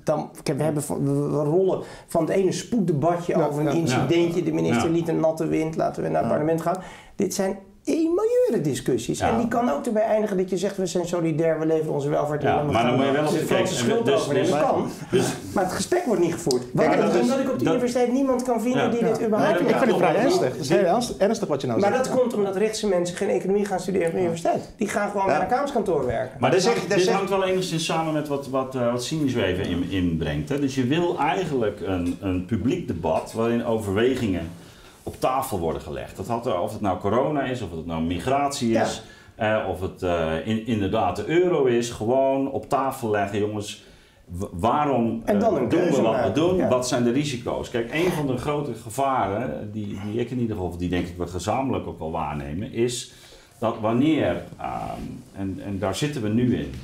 we rollen van het ene spoeddebatje over een incidentje. De minister liet een natte wind, laten we naar het parlement gaan. Dit zijn majeure discussies. En die kan ook erbij eindigen dat je zegt, we zijn solidair, we leveren onze welvaart in. Maar dan moet je wel op de Franse schuld overnemen. Dat kan. Maar het gesprek wordt niet gevoerd. Omdat ik op de universiteit niemand kan vinden die dit überhaupt... Ik vind het vrij ernstig. Het is heel ernstig wat je nou zegt. Maar dat komt omdat rechtse mensen geen economie gaan studeren op de universiteit. Die gaan gewoon naar een accountskantoor werken. Maar dit hangt wel enigszins samen met wat Sinusweven inbrengt. Hè? Dus je wil eigenlijk een publiek debat waarin overwegingen op tafel worden gelegd. Of het nou corona is, of het nou migratie is, of het inderdaad de euro is. Gewoon op tafel leggen, jongens. Waarom doen we wat we doen? Ja. Wat zijn de risico's? Kijk, een van de grote gevaren, die ik in ieder geval, die denk ik we gezamenlijk ook wel waarnemen, is dat wanneer, en daar zitten we nu in,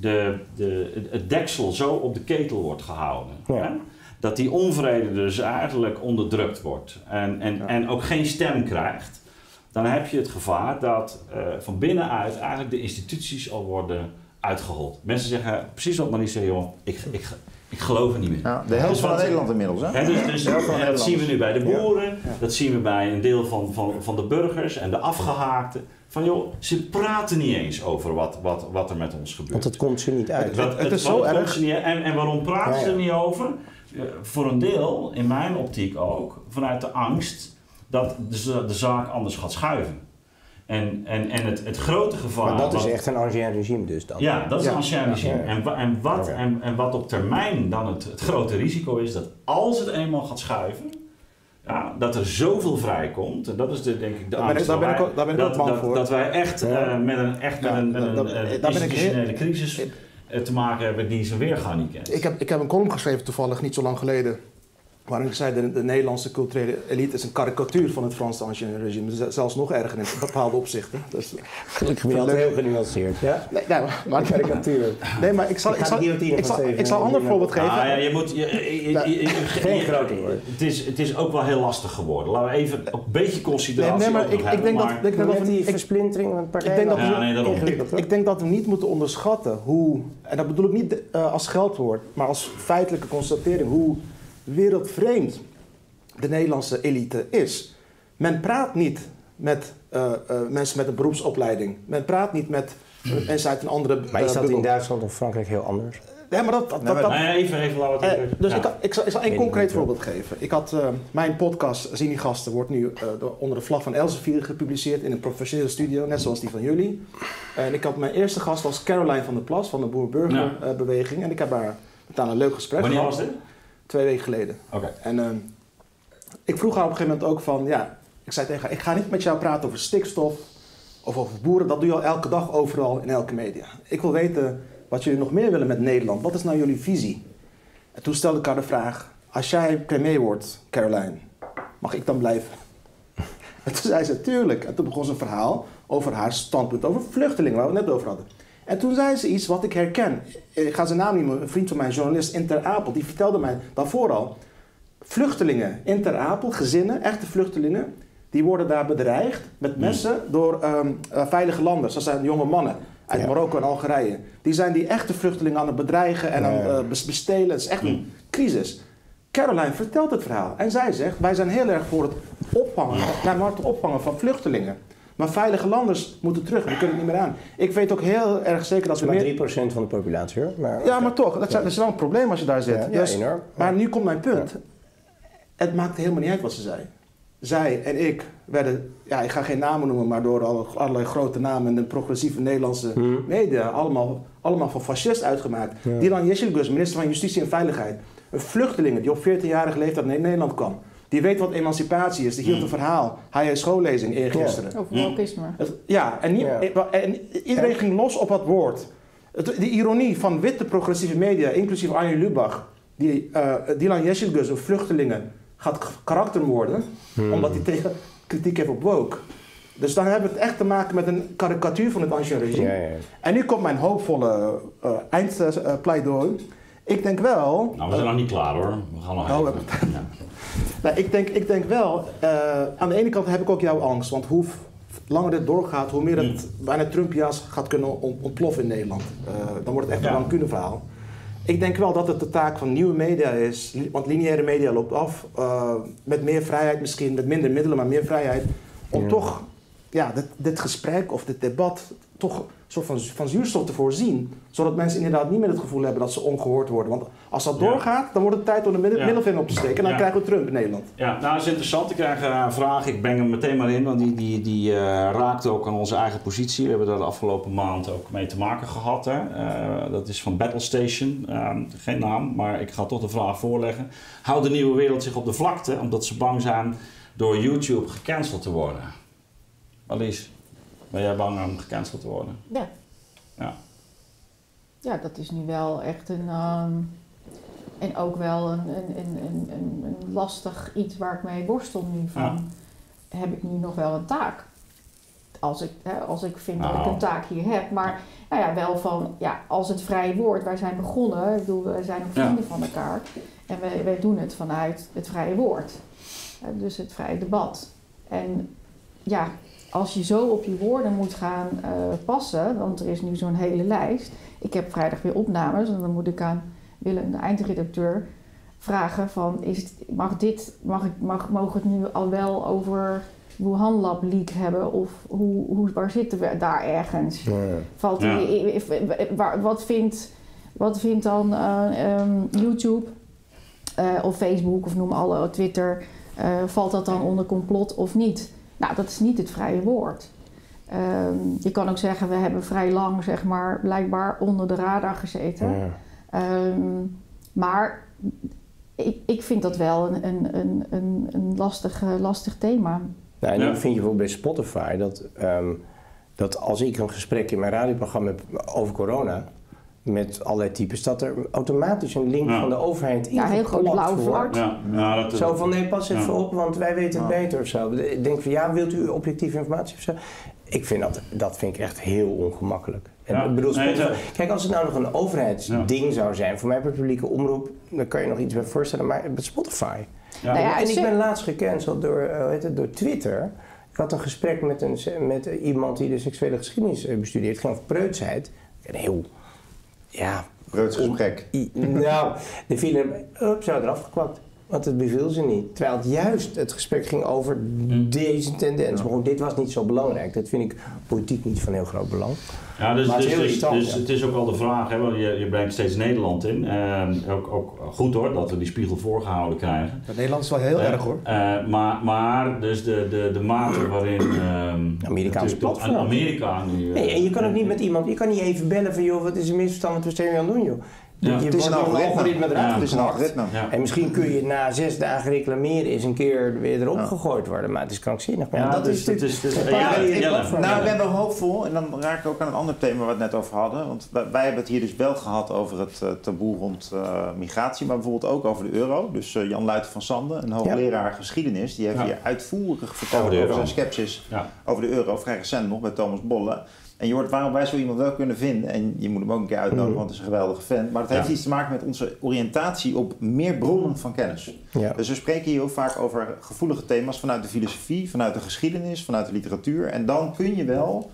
het deksel zo op de ketel wordt gehouden. Hè? Dat die onvrede dus eigenlijk onderdrukt wordt en ook geen stem krijgt, dan heb je het gevaar dat van binnenuit eigenlijk de instituties al worden uitgehold. Mensen zeggen precies wat Marlies zegt, joh, ik geloof er niet meer. Ja, de helft van Nederland inmiddels, hè? Dat zien we nu bij de boeren, dat zien we bij een deel van de burgers en de afgehaakten. Van joh, ze praten niet eens over wat er met ons gebeurt. Want het komt ze niet uit. Het is zo erg. En waarom praten ze er niet over? Voor een deel, in mijn optiek ook, vanuit de angst dat de zaak anders gaat schuiven. En het grote gevaar... Maar dat is echt een ancien regime dus dan? Ja, dat is een ancien regime. En wat op termijn dan het grote risico is, dat als het eenmaal gaat schuiven, dat er zoveel vrijkomt, en dat is denk ik de angst. Daar ben ik ook bang voor. Dat wij echt met een institutionele crisis te maken hebben die zijn weerga niet kent. Ik heb een column geschreven toevallig niet zo lang geleden, waarin ik zei de Nederlandse culturele elite is een karikatuur van het Franse ancien regime. Zelfs nog erger in bepaalde opzichten. Dus, gelukkig ben je altijd heel genuanceerd. Ja? Nee, maar karikatuur. Nee, maar ik zal een ander voorbeeld geven. Je moet geen groter worden. Het is ook wel heel lastig geworden. Laten we even een beetje consideratie versplintering van het partij. Ik denk dat we niet moeten onderschatten hoe, en dat bedoel ik niet als scheldwoord, maar als feitelijke constatering, hoe wereldvreemd de Nederlandse elite is. Men praat niet met mensen met een beroepsopleiding. Men praat niet met mensen uit een andere... Maar is dat in Duitsland of Frankrijk heel anders? Nee, maar even laten we het dus ik zal één concreet voorbeeld geven. Ik had mijn podcast Zini-gasten wordt nu onder de vlag van Elsevier gepubliceerd in een professionele studio, net zoals die van jullie. En ik had mijn eerste gast was Caroline van der Plas van de Boer-Burger-beweging. En ik heb haar met een leuk gesprek gehad. Wanneer was dit? 2 weken geleden. Okay. En ik vroeg haar op een gegeven moment ook van, ik zei tegen haar, ik ga niet met jou praten over stikstof of over boeren, dat doe je al elke dag overal in elke media. Ik wil weten wat jullie nog meer willen met Nederland. Wat is nou jullie visie? En toen stelde ik haar de vraag, als jij premier wordt, Caroline, mag ik dan blijven? En toen zei ze, tuurlijk. En toen begon ze een verhaal over haar standpunt over vluchtelingen, waar we het net over hadden. En toen zei ze iets wat ik herken. Ik ga zijn naam niet noemen, een vriend van mij, een journalist in Ter Apel, die vertelde mij daarvoor al. Vluchtelingen in Ter Apel, gezinnen, echte vluchtelingen, die worden daar bedreigd met messen door veilige landers. Dat zijn jonge mannen uit Marokko en Algerije. Die zijn die echte vluchtelingen aan het bedreigen en aan het bestelen. Het is echt een crisis. Caroline vertelt het verhaal en zij zegt, wij zijn heel erg voor het opvangen van vluchtelingen. Maar veilige landers moeten terug, we kunnen het niet meer aan. Ik weet ook heel erg zeker dat we maar 3% van de populatie hoor. Maar toch, dat is wel een probleem als je daar zit. Ja, enorm. Maar nu komt mijn punt. Ja. Het maakt helemaal niet uit wat ze zei. Zij en ik werden, ik ga geen namen noemen, maar door allerlei grote namen in de progressieve Nederlandse media, allemaal van fascist uitgemaakt. Ja. Dilan Yeşilgöz, minister van Justitie en Veiligheid. Een vluchteling die op 14-jarige leeftijd naar Nederland kwam. Die weet wat emancipatie is. Die hield een verhaal. Hij heeft schoollezing eergisteren. Ja. Over wokisme. En iedereen ging los op dat woord. De ironie van witte progressieve media, inclusief Arjen Lubach, die Dilan Yeşilgöz, een vluchtelingen, gaat karaktermoorden, omdat hij tegen kritiek heeft op woke. Dus dan hebben we het echt te maken met een karikatuur van het ancien regime. Ja. En nu komt mijn hoopvolle eindpleidooi. Ik denk wel... Nou, we zijn nog niet klaar hoor. We gaan nog even. Nou, ik denk wel, aan de ene kant heb ik ook jouw angst. Want hoe langer dit doorgaat, hoe meer het bijna Trumpia's gaat kunnen ontploffen in Nederland. Dan wordt het echt een rancune verhaal. Ik denk wel dat het de taak van nieuwe media is, want lineaire media loopt af. Met meer vrijheid misschien, met minder middelen, maar meer vrijheid. Om toch dit gesprek of dit debat toch een soort van zuurstof te voorzien. Zodat mensen inderdaad niet meer het gevoel hebben dat ze ongehoord worden. Want als dat doorgaat, dan wordt het tijd om de middelvinger op te steken. En dan krijgen we Trump in Nederland. Ja, nou dat is interessant. Ik krijg een vraag. Ik breng hem meteen maar in. Want die raakt ook aan onze eigen positie. We hebben daar de afgelopen maand ook mee te maken gehad. Hè. Dat is van Battle Station. Geen naam, maar ik ga toch de vraag voorleggen. Houdt de nieuwe wereld zich op de vlakte omdat ze bang zijn door YouTube gecanceld te worden? Alice, ben jij bang om gecanceld te worden? Ja. Ja, dat is nu wel echt een... en ook wel een lastig iets waar ik mee worstel nu van. Heb ik nu nog wel een taak? Als ik vind dat ik een taak hier heb. Maar wel van, als het vrije woord, wij zijn begonnen. Ik bedoel, wij zijn ook vrienden van elkaar. En wij doen het vanuit het vrije woord. Dus het vrije debat. En als je zo op je woorden moet gaan passen, want er is nu zo'n hele lijst. Ik heb vrijdag weer opnames en dan moet ik aan Willem, de eindredacteur, vragen van, mogen het nu al wel over Wuhan Lab leak hebben of waar zitten we daar ergens? Valt wat vindt dan YouTube of Facebook of noem alle Twitter, valt dat dan onder complot of niet? Nou, dat is niet het vrije woord. Je kan ook zeggen, we hebben vrij lang, zeg maar, blijkbaar onder de radar gezeten. Maar ik vind dat wel een lastig thema. Nou, en dan vind je bijvoorbeeld bij Spotify dat als ik een gesprek in mijn radioprogramma heb over corona, met allerlei types, dat er automatisch een link van de overheid in heel groot blauw vlak. Zo van, nee, pas even op, want wij weten het beter of zo. Ik denk van, wilt u objectieve informatie of zo? Ik vind dat vind ik echt heel ongemakkelijk. Ik bedoel, kijk, als het nou nog een overheidsding zou zijn, voor mij per publieke omroep, dan kan je nog iets bij voorstellen, maar met Spotify. En ik ben laatst gecanceld door Twitter. Ik had een gesprek met iemand die de seksuele geschiedenis bestudeert. Het ging over preutsheid. Een heel... Preuts gesprek. Nou, de vielen zo eraf gekwakt. Want het beviel ze niet. Terwijl het gesprek ging over deze tendens. Maar goed, dit was niet zo belangrijk. Dat vind ik politiek niet van heel groot belang. Ja, dus het is ook wel de vraag, hè, want je brengt steeds Nederland in. Ook goed hoor, dat we die spiegel voorgehouden krijgen. Nederland is wel heel erg hoor. Maar dus de mate waarin... Amerikaanse platform. Amerika nu... en je kan ook niet met iemand, je kan niet even bellen van joh, wat is een misverstand wat we steeds aan doen joh. Ja. Je wordt een algoritme eruit. Het is een algoritme. Ja. En misschien kun je na 6 dagen reclameren eens een keer weer erop gegooid worden, maar het is krankzinnig. Ja, dat is we hebben hoopvol, en dan raak ik ook aan een ander thema waar we het net over hadden. Want wij hebben het hier dus wel gehad over het taboe rond migratie, maar bijvoorbeeld ook over de euro. Dus Jan Luiten van Sanden, een hoogleraar geschiedenis, die heeft hier uitvoerig verteld over zijn skepsis over de euro, vrij recent nog bij Thomas Bolle. En je hoort waarom wij zo iemand wel kunnen vinden. En je moet hem ook een keer uitnodigen, want het is een geweldige fan. Maar het heeft iets te maken met onze oriëntatie op meer bronnen van kennis. Ja. Dus we spreken hier heel vaak over gevoelige thema's vanuit de filosofie, vanuit de geschiedenis, vanuit de literatuur. En dan kun je wel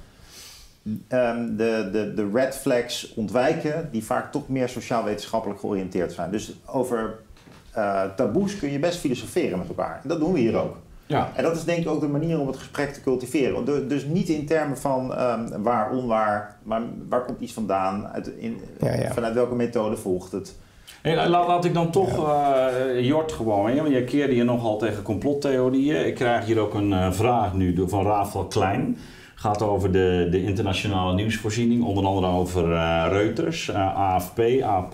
de red flags ontwijken die vaak toch meer sociaal-wetenschappelijk georiënteerd zijn. Dus over taboes kun je best filosoferen met elkaar. En dat doen we hier ook. Ja. En dat is denk ik ook de manier om het gesprek te cultiveren. Dus niet in termen van waar, onwaar, maar waar komt iets vandaan, vanuit welke methode volgt het. Hey, laat ik dan toch Jort gewoon, want jij keerde je nogal tegen complottheorieën. Ik krijg hier ook een vraag nu van Rafael Klein. Gaat over de internationale nieuwsvoorziening, onder andere over Reuters, AFP, AP.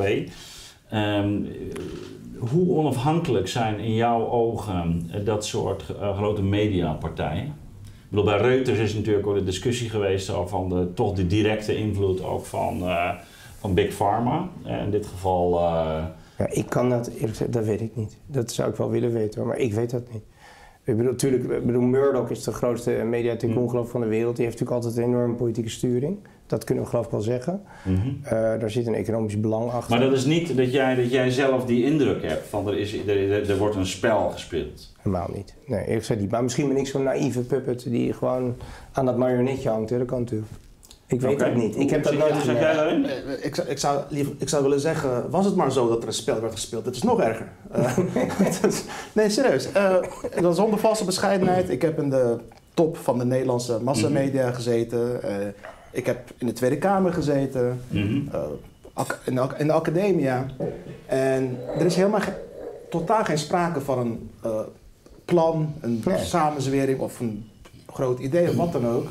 Hoe onafhankelijk zijn in jouw ogen dat soort grote mediapartijen? Ik bedoel, bij Reuters is natuurlijk ook de discussie geweest over toch de directe invloed ook van Big Pharma. In dit geval... Ja, ik kan dat, dat weet ik niet. Dat zou ik wel willen weten hoor, maar ik weet dat niet. Ik bedoel, natuurlijk, Murdoch is de grootste mediatycoon geloof van de wereld. Die heeft natuurlijk altijd een enorme politieke sturing. Dat kunnen we geloof ik wel zeggen. Daar zit een economisch belang achter. Maar dat is niet dat jij zelf die indruk hebt van er wordt een spel gespeeld. Helemaal niet. Nee, eerlijk gezegd niet. Maar misschien ben ik zo'n naïeve puppet die gewoon aan dat marionetje hangt. Hè? Dat kan natuurlijk. Ik weet het niet. Ik heb dat nooit gezien. Ik zou willen zeggen, was het maar zo dat er een spel werd gespeeld. Dat is nog erger. Nee, serieus. Zonder valse bescheidenheid. Ik heb in de top van de Nederlandse massamedia gezeten. Ik heb in de Tweede Kamer gezeten. In de academia. En er is totaal geen sprake van een plan, een samenzwering of een groot idee of wat dan ook.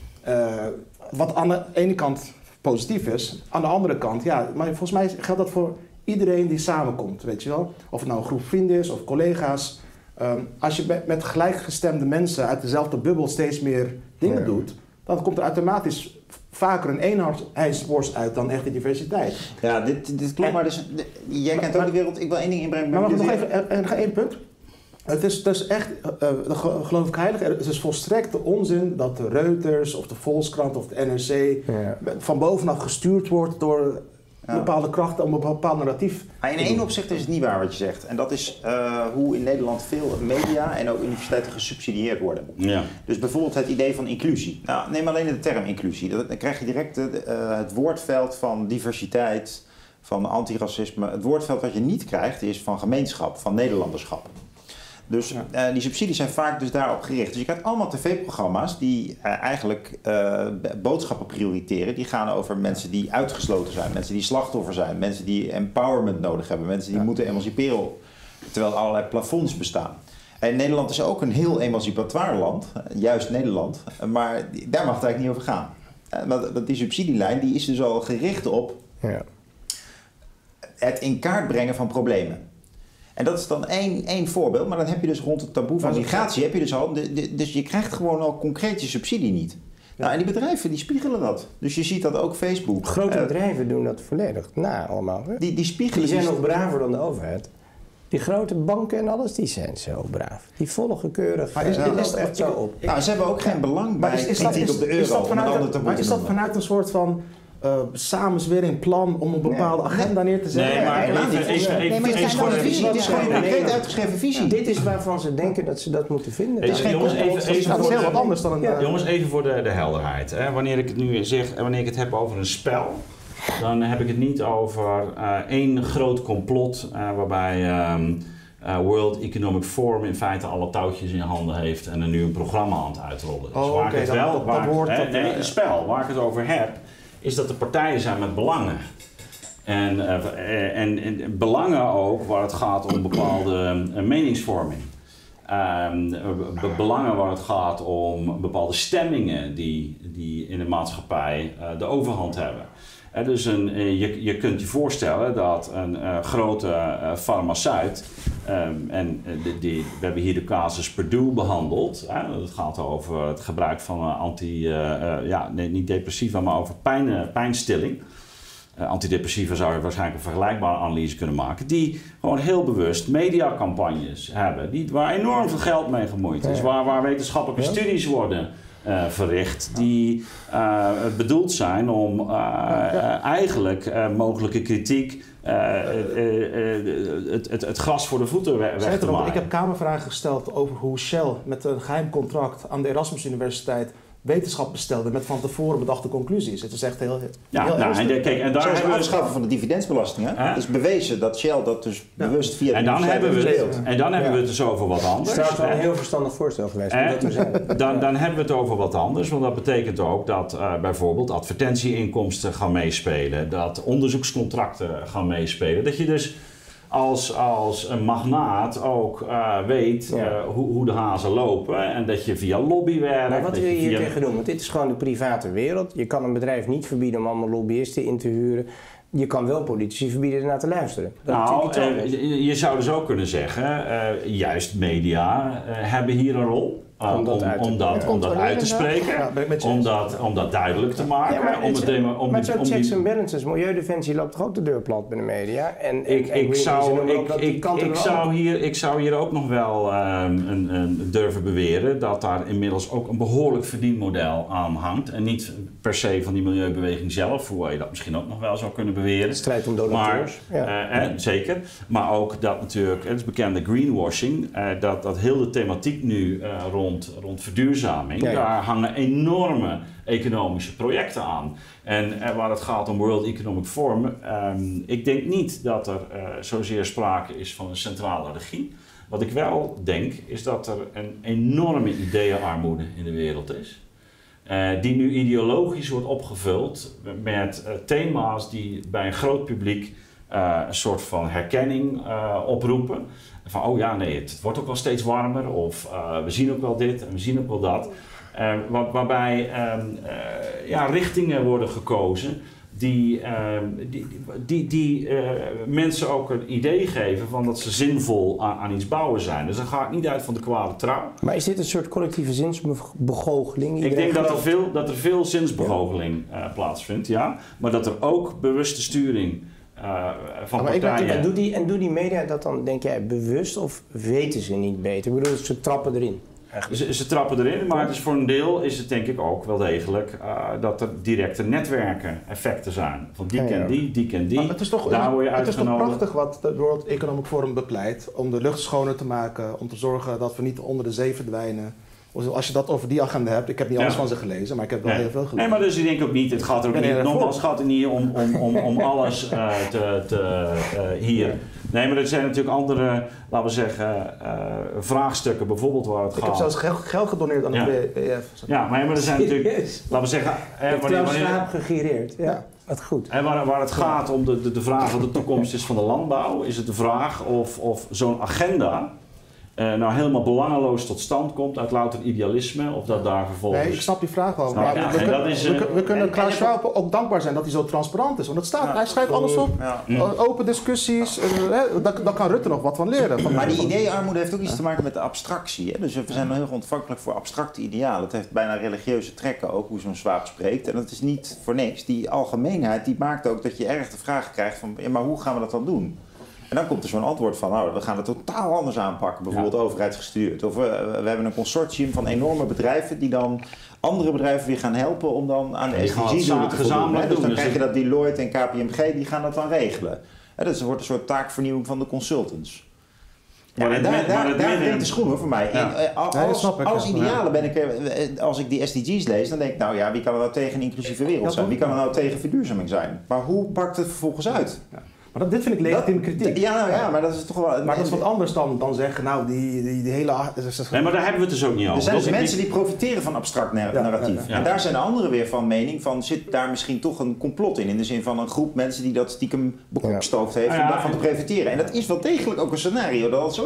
Wat aan de ene kant positief is, aan de andere kant, maar volgens mij geldt dat voor iedereen die samenkomt, weet je wel. Of het nou een groep vrienden is of collega's. Als je met gelijkgestemde mensen uit dezelfde bubbel steeds meer dingen doet, dan komt er automatisch vaker een eenheidsworst uit dan echte diversiteit. Ja, dit klopt, maar dus, jij kent ook de wereld. Ik wil één ding inbrengen. Maar nog even één punt. Het is dus echt, geloof ik heilig, het is volstrekte onzin dat de Reuters of de Volkskrant of de NRC van bovenaf gestuurd wordt door bepaalde krachten om een bepaald narratief. In één opzicht is het niet waar wat je zegt. En dat is hoe in Nederland veel media en ook universiteiten gesubsidieerd worden. Ja. Dus bijvoorbeeld het idee van inclusie. Nou, neem alleen de term inclusie. Dan krijg je direct het woordveld van diversiteit, van antiracisme. Het woordveld wat je niet krijgt is van gemeenschap, van Nederlanderschap. Dus die subsidies zijn vaak dus daarop gericht. Dus je krijgt allemaal tv-programma's die eigenlijk boodschappen prioriteren. Die gaan over mensen die uitgesloten zijn, mensen die slachtoffer zijn, mensen die empowerment nodig hebben, mensen die moeten emanciperen terwijl er allerlei plafonds bestaan. En Nederland is ook een heel emancipatoire land, juist Nederland, maar daar mag het eigenlijk niet over gaan. Want die subsidielijn die is dus al gericht op het in kaart brengen van problemen. En dat is dan één voorbeeld, maar dan heb je dus rond het taboe van migratie, heb je dus al, dus je krijgt gewoon al concreet je subsidie niet. Nou, en die bedrijven die spiegelen dat. Dus je ziet dat ook Facebook. Grote bedrijven doen dat volledig allemaal. Hè? Die spiegelen. Die zijn nog braver dan de overheid. Die grote banken en alles, die zijn zo braaf. Die volgen keurig. Maar is echt zo op. Nou, ze hebben ook geen belang bij kritiek op de euro. Maar is dat vanuit een soort van samenzwering, plan om een bepaalde agenda neer te zetten? Nee, maar het is gewoon een visie. Het is gewoon een concreet uitgeschreven visie. Dit is waarvan ze denken dat ze dat moeten vinden. Dat is heel wat anders dan een... Jongens, even voor de helderheid. Hè. Wanneer ik het nu zeg, wanneer ik het heb over een spel, dan heb ik het niet over één groot complot waarbij World Economic Forum in feite alle touwtjes in handen heeft en er nu een programma aan het uitrollen. Dus waar ik het wel, een spel, waar ik het over heb, is dat er partijen zijn met belangen. En belangen ook waar het gaat om bepaalde meningsvorming. Belangen waar het gaat om bepaalde stemmingen die in de maatschappij de overhand hebben. Dus je kunt je voorstellen dat een grote farmaceut, we hebben hier de casus Purdue behandeld. Dat gaat over het gebruik van niet depressiva, maar over pijnstilling. Antidepressiva zou je waarschijnlijk een vergelijkbare analyse kunnen maken. Die gewoon heel bewust mediacampagnes hebben. Waar enorm veel geld mee gemoeid is. Waar wetenschappelijke studies worden verricht. Die bedoeld zijn om eigenlijk mogelijke kritiek het gras voor de voeten weg te maken. Ik heb kamervragen gesteld over hoe Shell met een geheim contract aan de Erasmus Universiteit wetenschap bestelde met van tevoren bedachte conclusies. Het is echt heel ernstig. En daar hebben we het afschaffen van de dividendsbelasting. Het is bewezen dat Shell dat dus bewust via de universiteit heeft. En dan hebben we het dus over wat anders. Dat is wel een heel verstandig voorstel geweest. Dan hebben we het over wat anders. Want dat betekent ook dat bijvoorbeeld advertentieinkomsten gaan meespelen. Dat onderzoekscontracten gaan meespelen. Dat je dus als een magnaat ook weet hoe de hazen lopen en dat je via lobbywerk... Maar wat wil je hier tegen doen? Want dit is gewoon de private wereld. Je kan een bedrijf niet verbieden om allemaal lobbyisten in te huren. Je kan wel politici verbieden ernaar te luisteren. Je zou dus ook kunnen zeggen, juist media hebben hier een rol. Om dat uit te spreken, om dat duidelijk te maken. Maar zo'n checks and balances, Milieudefensie loopt toch ook de deur plat bij de media? Ik zou hier ook nog wel durven beweren dat daar inmiddels ook een behoorlijk verdienmodel aan hangt. En niet per se van die milieubeweging zelf, hoewel je dat misschien ook nog wel zou kunnen beweren. De strijd om donateurs. Zeker. Maar ook dat natuurlijk, het is bekende greenwashing, dat heel de thematiek nu rond verduurzaming, daar hangen enorme economische projecten aan. En waar het gaat om World Economic Forum, ik denk niet dat er zozeer sprake is van een centrale regie. Wat ik wel denk, is dat er een enorme ideeënarmoede in de wereld is. Die nu ideologisch wordt opgevuld met thema's die bij een groot publiek een soort van herkenning oproepen. Van het wordt ook wel steeds warmer of we zien ook wel dit en we zien ook wel dat. Waarbij richtingen worden gekozen die mensen ook een idee geven van dat ze zinvol aan iets bouwen zijn. Dus dat gaat niet uit van de kwade trouw. Maar is dit een soort collectieve zinsbegoocheling? Ik denk dat er veel zinsbegoocheling plaatsvindt, maar dat er ook bewuste sturing van partijen... Doe die media dat dan, denk jij, bewust of weten ze niet beter? Ik bedoel, ze trappen erin. Ze trappen erin, maar dus voor een deel is het denk ik ook wel degelijk dat er directe netwerken effecten zijn. Van die kent die, het is toch, daar word je het uitgenodigd. Het is toch prachtig wat het World Economic Forum bepleit om de lucht schoner te maken, om te zorgen dat we niet onder de zee verdwijnen. Als je dat over die agenda hebt, ik heb niet alles van ze gelezen, maar ik heb wel heel veel gelezen. Nee, maar dus ik denk ook niet, het gaat er niet om alles hier. Nee, maar er zijn natuurlijk andere, laten we zeggen, vraagstukken, bijvoorbeeld waar het gaat. Ik heb zelfs geld gedoneerd aan de WEF. Ja, maar er zijn natuurlijk, laten we zeggen... wanneer slaap gegireerd, wat goed. En waar het gaat om de vraag wat de toekomst is van de landbouw, is het de vraag of zo'n agenda nou helemaal belangeloos tot stand komt uit louter idealisme, of dat daar vervolgens... Nee, ik snap die vraag wel. Maar we kunnen Klaus Schwab ook dankbaar zijn dat hij zo transparant is. Want het staat, hij schrijft alles op. Open discussies. Daar kan Rutte nog wat van leren. Maar die ideeënarmoede heeft ook iets te maken met de abstractie. Hè? Dus we zijn heel ontvankelijk voor abstracte idealen. Het heeft bijna religieuze trekken ook, hoe zo'n Schwab spreekt. En dat is niet voor niks. Die algemeenheid die maakt ook dat je erg de vraag krijgt van, maar hoe gaan we dat dan doen? En dan komt er zo'n antwoord van, we gaan het totaal anders aanpakken, bijvoorbeeld overheidsgestuurd. Of we hebben een consortium van enorme bedrijven die dan andere bedrijven weer gaan helpen om dan aan de SDG's-doelen te voldoen. Dus dan krijg je dat Deloitte en KPMG, die gaan dat dan regelen. Dus er wordt een soort taakvernieuwing van de consultants. Ja, en daar wringt de schoen voor mij. Als idealen ben ik als ik die SDG's lees, dan denk ik, wie kan er nou tegen een inclusieve wereld zijn? Wie kan er nou tegen verduurzaming zijn? Maar hoe pakt het vervolgens uit? Ja. Maar dit vind ik legitieme kritiek. Maar dat is toch wel... Maar dat is wat anders dan zeggen, die hele... Nee, maar daar hebben we het dus ook niet over. Er zijn dus mensen die profiteren van abstract narratief. En daar zijn anderen weer van mening van, zit daar misschien toch een complot in? In de zin van een groep mensen die dat stiekem bekokstoofd heeft om daarvan te profiteren. En dat is wel degelijk ook een scenario dat het zo is.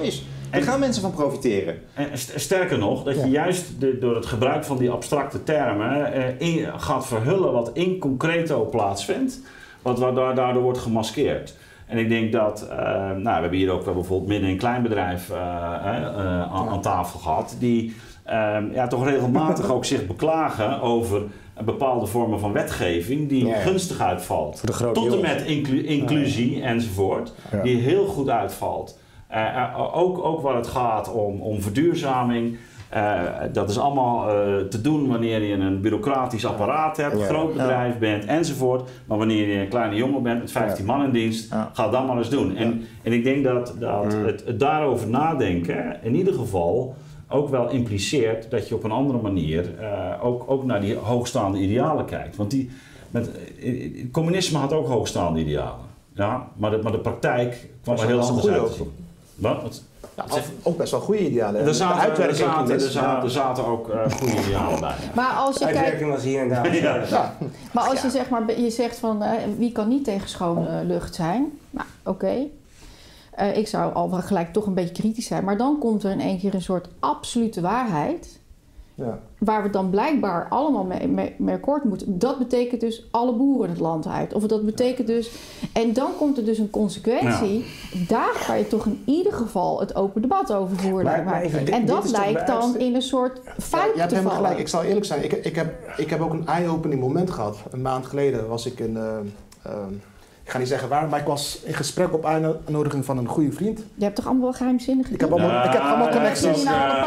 Daar gaan mensen van profiteren. Sterker nog, dat je juist door het gebruik van die abstracte termen gaat verhullen wat in concreto plaatsvindt, wat daardoor wordt gemaskeerd. En ik denk dat, we hebben hier ook wel bijvoorbeeld midden- en kleinbedrijf aan tafel gehad, die toch regelmatig ook zich beklagen over bepaalde vormen van wetgeving die gunstig uitvalt. Tot en met inclusie enzovoort, die heel goed uitvalt. Ook waar het gaat om verduurzaming. Dat is allemaal te doen wanneer je een bureaucratisch apparaat hebt, groot bedrijf bent enzovoort. Maar wanneer je een kleine jongen bent met 15 man in dienst, ga dat maar eens doen. En ik denk dat het daarover nadenken in ieder geval ook wel impliceert dat je op een andere manier ook naar die hoogstaande idealen kijkt. Want communisme had ook hoogstaande idealen. Ja, maar de praktijk kwam er heel anders uit. Wat? Ja, ook best wel goede idealen. Er zaten ook goede idealen bij. Ja. Maar als je uitwerking was hier en daar. Maar als je zegt van wie kan niet tegen schone lucht zijn? Nou, oké. Ik zou al wel gelijk toch een beetje kritisch zijn. Maar dan komt er in één keer een soort absolute waarheid. Ja. Waar we dan blijkbaar allemaal mee akkoord moeten. Dat betekent dus alle boeren het land uit. Of dat betekent dus... En dan komt er dus een consequentie. Ja. Daar kan je toch in ieder geval het open debat over voeren. En dat lijkt dan in een soort fout je hebt helemaal gelijk. Ik zal eerlijk zijn. Ik heb ook een eye-opening moment gehad. Een maand geleden was ik in... ik ga niet zeggen waar, maar ik was in gesprek op uitnodiging van een goede vriend. Je hebt toch allemaal wel geheimzinnig Ik heb allemaal connecties.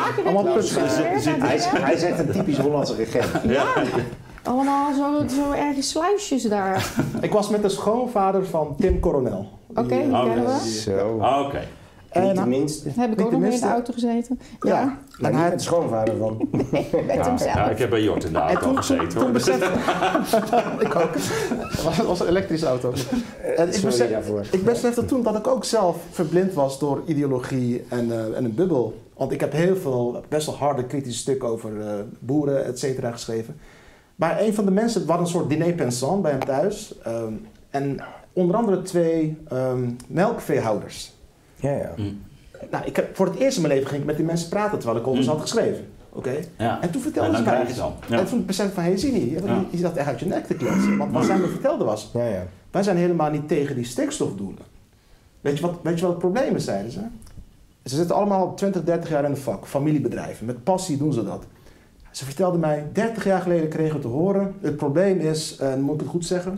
Hij zegt een typisch Hollandse regent. Ja. Allemaal zo ergens sluisjes daar. Ik was met de schoonvader van Tim Coronel. Oké, die kennen we. Oké. Niet tenminste. Heb ik ook nog mee in de auto gezeten. Ja. Maar niet met de schoonvader van. Met hemzelf. Ja, ik heb bij Jort in de auto gezeten. Toen besefte ik ook. Het was een elektrische auto. En ik besefte toen dat ik ook zelf verblind was door ideologie en een bubbel. Want ik heb best wel harde kritische stukken over boeren, et cetera, geschreven. Maar een van de mensen, het was een soort diner pensant bij hem thuis. En onder andere 2 melkveehouders. Ja. Nou, voor het eerst in mijn leven ging ik met die mensen praten terwijl ik over ze had geschreven. Okay? Ja. En toen vertelde ze mij iets. En toen besefte ik van, hey Zini, je zat echt uit je nek te kletsen. Want wat zij me vertelde was, wij zijn helemaal niet tegen die stikstofdoelen. Weet je wat het probleem is, zeiden ze? Ze zitten allemaal 20, 30 jaar in de vak, familiebedrijven. Met passie doen ze dat. Ze vertelde mij, 30 jaar geleden kregen we te horen, het probleem is, moet ik het goed zeggen?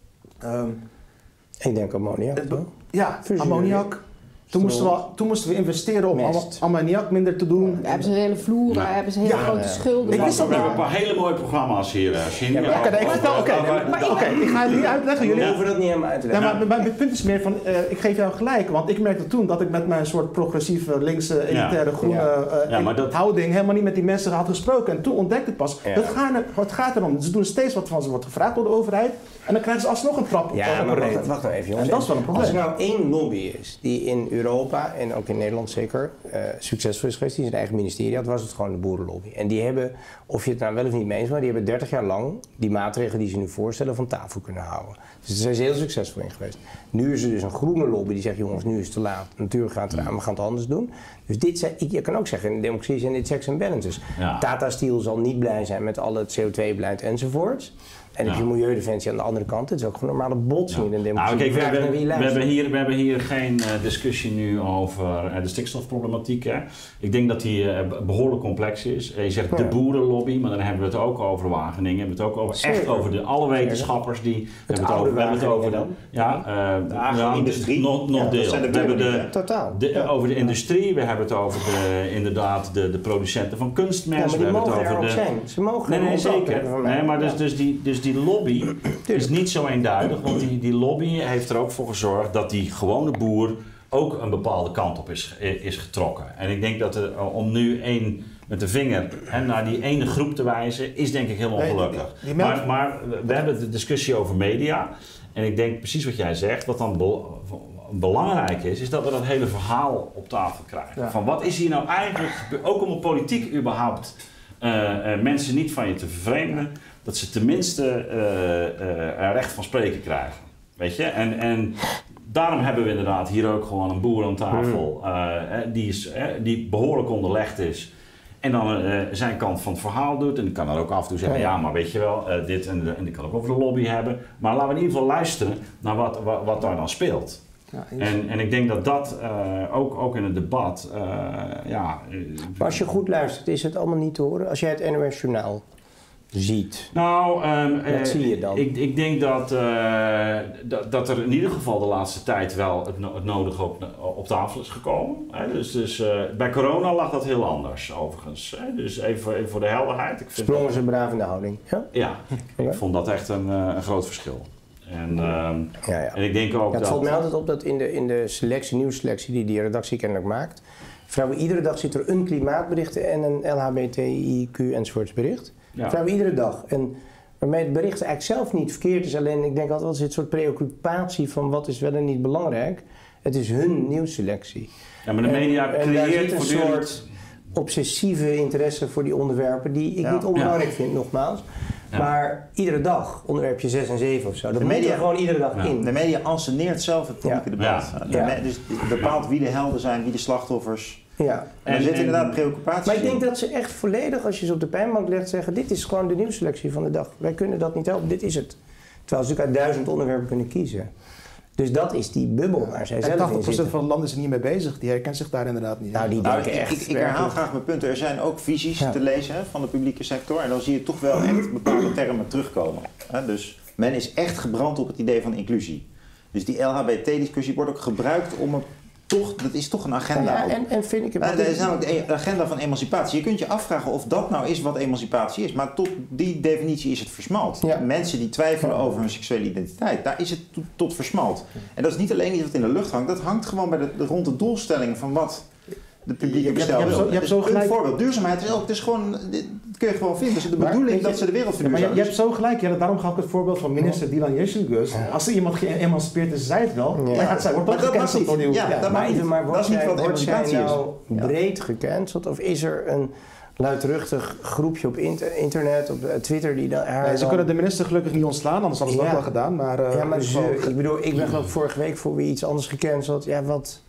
Ik denk ammoniak. Ja, ammoniak. Toen moesten we investeren om ammoniak minder te doen. Daar hebben ze hele vloeren, hebben ze hele grote schulden. We hebben een paar hele mooie programma's hier. Ik ga het niet uitleggen. Jullie hoeven dat niet helemaal uit te leggen. Maar mijn punt is meer van, ik geef jou gelijk. Want ik merkte toen dat ik met mijn soort progressieve, linkse, elitaire, groene houding helemaal niet met die mensen had gesproken. En toen ontdekte ik pas, het gaat erom. Ze doen steeds wat van ze wordt gevraagd door de overheid. En dan krijgen ze alsnog een trap. Ja, maar wacht nou even jongens. En dat is wel een probleem. Als er nou één lobby is die in Europa en ook in Nederland zeker succesvol is geweest, die zijn eigen ministerie had, was het gewoon de boerenlobby. En die hebben, of je het nou wel of niet mee eens, maar die hebben 30 jaar lang die maatregelen die ze nu voorstellen van tafel kunnen houden. Dus daar zijn ze heel succesvol in geweest. Nu is er dus een groene lobby die zegt, jongens, nu is het te laat. Natuurlijk gaat het eraan, we gaan het anders doen. Dus je kan ook zeggen, in de democratie zijn dit checks en balances. Ja. Tata Steel zal niet blij zijn met al het CO2-beleid enzovoorts. En dan heb je Milieudefensie aan de andere kant. Het is ook gewoon een normale botsing in een democratie. Nou, kijk, we hebben hier geen discussie nu over de stikstofproblematiek. Hè. Ik denk dat die behoorlijk complex is. Je zegt de boerenlobby, maar dan hebben we het ook over Wageningen. We hebben het ook over alle wetenschappers die... We hebben het over de agro-industrie. Nog deel. We hebben over de industrie. We hebben het over de producenten van kunstmest. Ja, maar die mogen er ook zijn. Ze mogen nee, zeker. Nee, maar dus die lobby is niet zo eenduidig, want die lobby heeft er ook voor gezorgd dat die gewone boer ook een bepaalde kant op is getrokken. En ik denk dat om nu met de vinger naar die ene groep te wijzen, is denk ik heel ongelukkig. Maar we hebben de discussie over media en ik denk precies wat jij zegt, wat dan belangrijk is dat we dat hele verhaal op tafel krijgen. Ja. Van wat is hier nou eigenlijk, ook om politiek überhaupt mensen niet van je te vervreemden, dat ze tenminste recht van spreken krijgen. Weet je? En daarom hebben we inderdaad hier ook gewoon een boer aan tafel die behoorlijk onderlegd is. En dan zijn kant van het verhaal doet. En die kan dan ook af en toe zeggen, ja maar weet je wel, dit en die kan ook over de lobby hebben. Maar laten we in ieder geval luisteren naar wat daar dan speelt. Ja, en ik denk dat ook in het debat, Maar als je goed luistert, is het allemaal niet te horen? Als jij het NOS Journaal ziet, wat zie je dan? Ik denk dat er in ieder geval de laatste tijd wel het nodige op tafel is gekomen. Dus bij corona lag dat heel anders overigens. Dus even voor de helderheid. Sprongen ze braaf in de houding? Ja, ik vond dat echt een groot verschil. En ik denk ook het valt mij altijd op dat in de nieuwsselectie die die redactie kennelijk maakt, vrijwel iedere dag zit er een klimaatbericht en een LHBTIQ enzovoorts bericht. Ja. Vrijwel iedere dag. En waarmee het bericht eigenlijk zelf niet verkeerd is, alleen ik denk altijd, er zit een soort preoccupatie van wat is wel en niet belangrijk. Het is hun nieuwsselectie. Ja, maar de media creëert een soort obsessieve interesse voor die onderwerpen die ik niet onbelangrijk vind, nogmaals. Ja. Maar iedere dag, onderwerpje 6 en 7 of zo, dat moet er gewoon iedere dag in. De media anceneert zelf het publieke debat. Dus bepaalt wie de helden zijn, wie de slachtoffers. Ja. En er zit inderdaad preoccupatie. Maar ik denk dat ze echt volledig, als je ze op de pijnbank legt, zeggen, dit is gewoon de nieuwsselectie van de dag. Wij kunnen dat niet helpen, dit is het. Terwijl ze natuurlijk uit 1000 onderwerpen kunnen kiezen. Dus dat is die bubbel waar zij zelf in zitten. 80% van de landen is er niet mee bezig. Die herkent zich daar inderdaad niet. Nou, die denken echt. Ik herhaal graag mijn punten. Er zijn ook visies te lezen van de publieke sector. En dan zie je toch wel echt bepaalde termen terugkomen. Dus men is echt gebrand op het idee van inclusie. Dus die LHBT-discussie wordt ook gebruikt om dat is toch een agenda. Ja, en vind ik dat is namelijk de agenda van emancipatie. Je kunt je afvragen of dat nou is wat emancipatie is. Maar tot die definitie is het versmalt. Ja. Mensen die twijfelen over hun seksuele identiteit, daar is het tot versmalt. En dat is niet alleen iets wat in de lucht hangt. Dat hangt gewoon bij rond de doelstelling van wat de publieke bestel wil. Je hebt zo gelijk. Een voorbeeld, duurzaamheid is ook, het is gewoon, dat kun je gewoon vinden. Dus de bedoeling dat ze de wereld verduurzamen. Maar je hebt zo gelijk. Ja, daarom ga ik het voorbeeld van minister Dylan Jezielgus. Als er iemand geëmancipeerd is, zij het wel. Maar zij wordt ook gecanceld door nieuw. Maar wordt zij nou breed gecanceld? Of is er een luidruchtig groepje op internet, op Twitter die haar... Ze kunnen de minister gelukkig niet ontslaan, anders hadden ze dat wel gedaan. Maar, ik bedoel, ik ben geloof ik vorige week voor wie iets anders gecanceld. Ja, wat...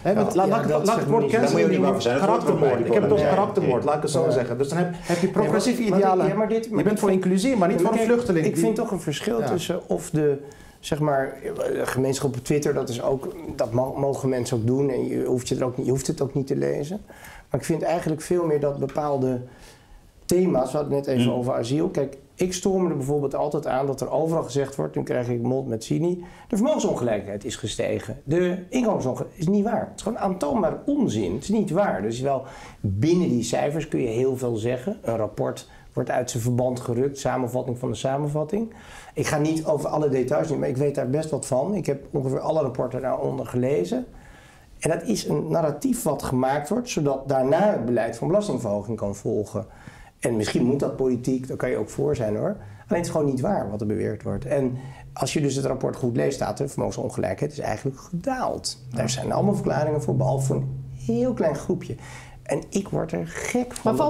Laat het woord cancelen niet karaktermoord. Ik heb het over karaktermoord, laat ik het zo zeggen. Dus dan heb je progressieve idealen. Je bent voor inclusie, maar niet voor een vluchteling. Ik vind toch een verschil tussen of de... Zeg maar, gemeenschap op Twitter, dat mogen mensen ook doen en je hoeft het ook niet te lezen. Maar ik vind eigenlijk veel meer dat bepaalde thema's, we hadden het net even over asiel. Kijk, ik stoor me er bijvoorbeeld altijd aan dat er overal gezegd wordt, nu krijg ik mond met Sini, de vermogensongelijkheid is gestegen. De inkomensongelijkheid is niet waar. Het is gewoon aantoonbaar onzin. Het is niet waar. Dus wel binnen die cijfers kun je heel veel zeggen. Een rapport wordt uit zijn verband gerukt, samenvatting van de samenvatting. Ik ga niet over alle details nu, maar ik weet daar best wat van. Ik heb ongeveer alle rapporten daaronder gelezen. En dat is een narratief wat gemaakt wordt, zodat daarna het beleid van belastingverhoging kan volgen. En misschien moet dat politiek, daar kan je ook voor zijn hoor. Alleen het is gewoon niet waar wat er beweerd wordt. En als je dus het rapport goed leest, staat er, vermogensongelijkheid is eigenlijk gedaald. Daar zijn allemaal verklaringen voor, behalve voor een heel klein groepje. En ik word er gek van. Maar valt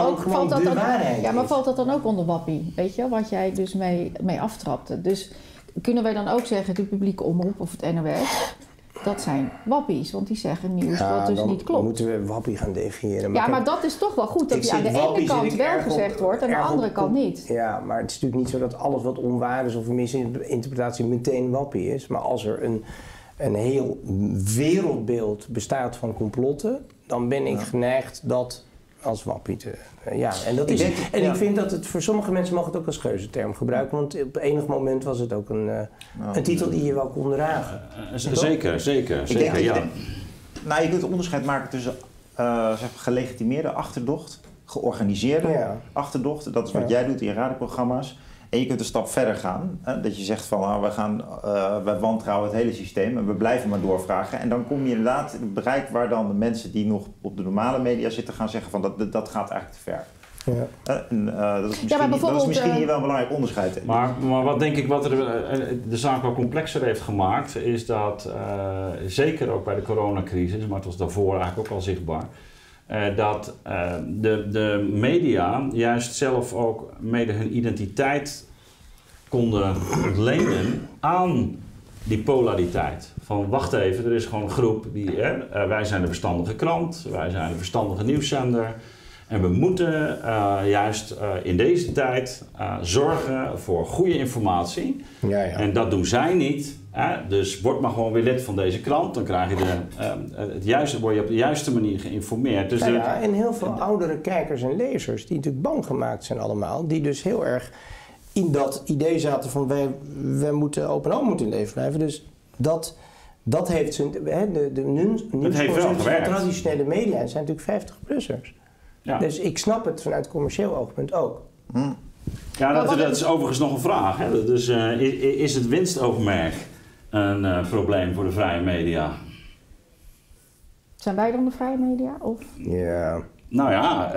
dat dan ook onder wappie? Weet je, wat jij dus mee aftrapte. Dus kunnen wij dan ook zeggen, de publieke omroep of het NOS, dat zijn wappies, want die zeggen nieuws wat dus niet klopt. Dan moeten we wappie gaan definiëren. Maar dat is toch wel goed, dat die aan de ene kant wel gezegd wordt en aan de andere kant niet. Ja, maar het is natuurlijk niet zo dat alles wat onwaar is of een misinterpretatie meteen wappie is. Maar als er een heel wereldbeeld bestaat van complotten, dan ben ik geneigd dat als wappie te... ik vind dat het voor sommige mensen mag het ook als geuzenterm gebruiken, want op enig moment was het ook een titel die je wel kon dragen. Zeker. Je kunt onderscheid maken tussen gelegitimeerde achterdocht, georganiseerde achterdocht. Dat is wat jij doet in je radioprogramma's. En je kunt een stap verder gaan. Dat je zegt van wij wantrouwen het hele systeem en we blijven maar doorvragen. En dan kom je inderdaad in het bereik waar dan de mensen die nog op de normale media zitten gaan zeggen van dat gaat eigenlijk te ver. Ja. Dat is misschien hier wel een belangrijk onderscheid. Maar wat denk ik wat de zaak wel complexer heeft gemaakt, is dat zeker ook bij de coronacrisis, maar het was daarvoor eigenlijk ook al zichtbaar, dat de media juist zelf ook mede hun identiteit konden ontlenen aan die polariteit. Van wacht even, er is gewoon een groep die... wij zijn de verstandige krant, wij zijn de verstandige nieuwszender. En we moeten juist in deze tijd zorgen voor goede informatie. Ja. En dat doen zij niet. Dus word maar gewoon weer lid van deze krant. Dan krijg je word je op de juiste manier geïnformeerd. Dus en heel veel oudere kijkers en lezers die natuurlijk bang gemaakt zijn allemaal. Die dus heel erg in dat idee zaten van wij moeten open en open moeten in leven blijven. Dus dat heeft zijn... De nieuwsconsumptie van traditionele media zijn natuurlijk 50-plussers. Ja. Dus ik snap het vanuit commercieel oogpunt ook. Ja, dat is overigens nog een vraag. Hè? Dus is het winstoogmerk een probleem voor de vrije media? Zijn wij dan de vrije media? Of? Ja. Nou ja...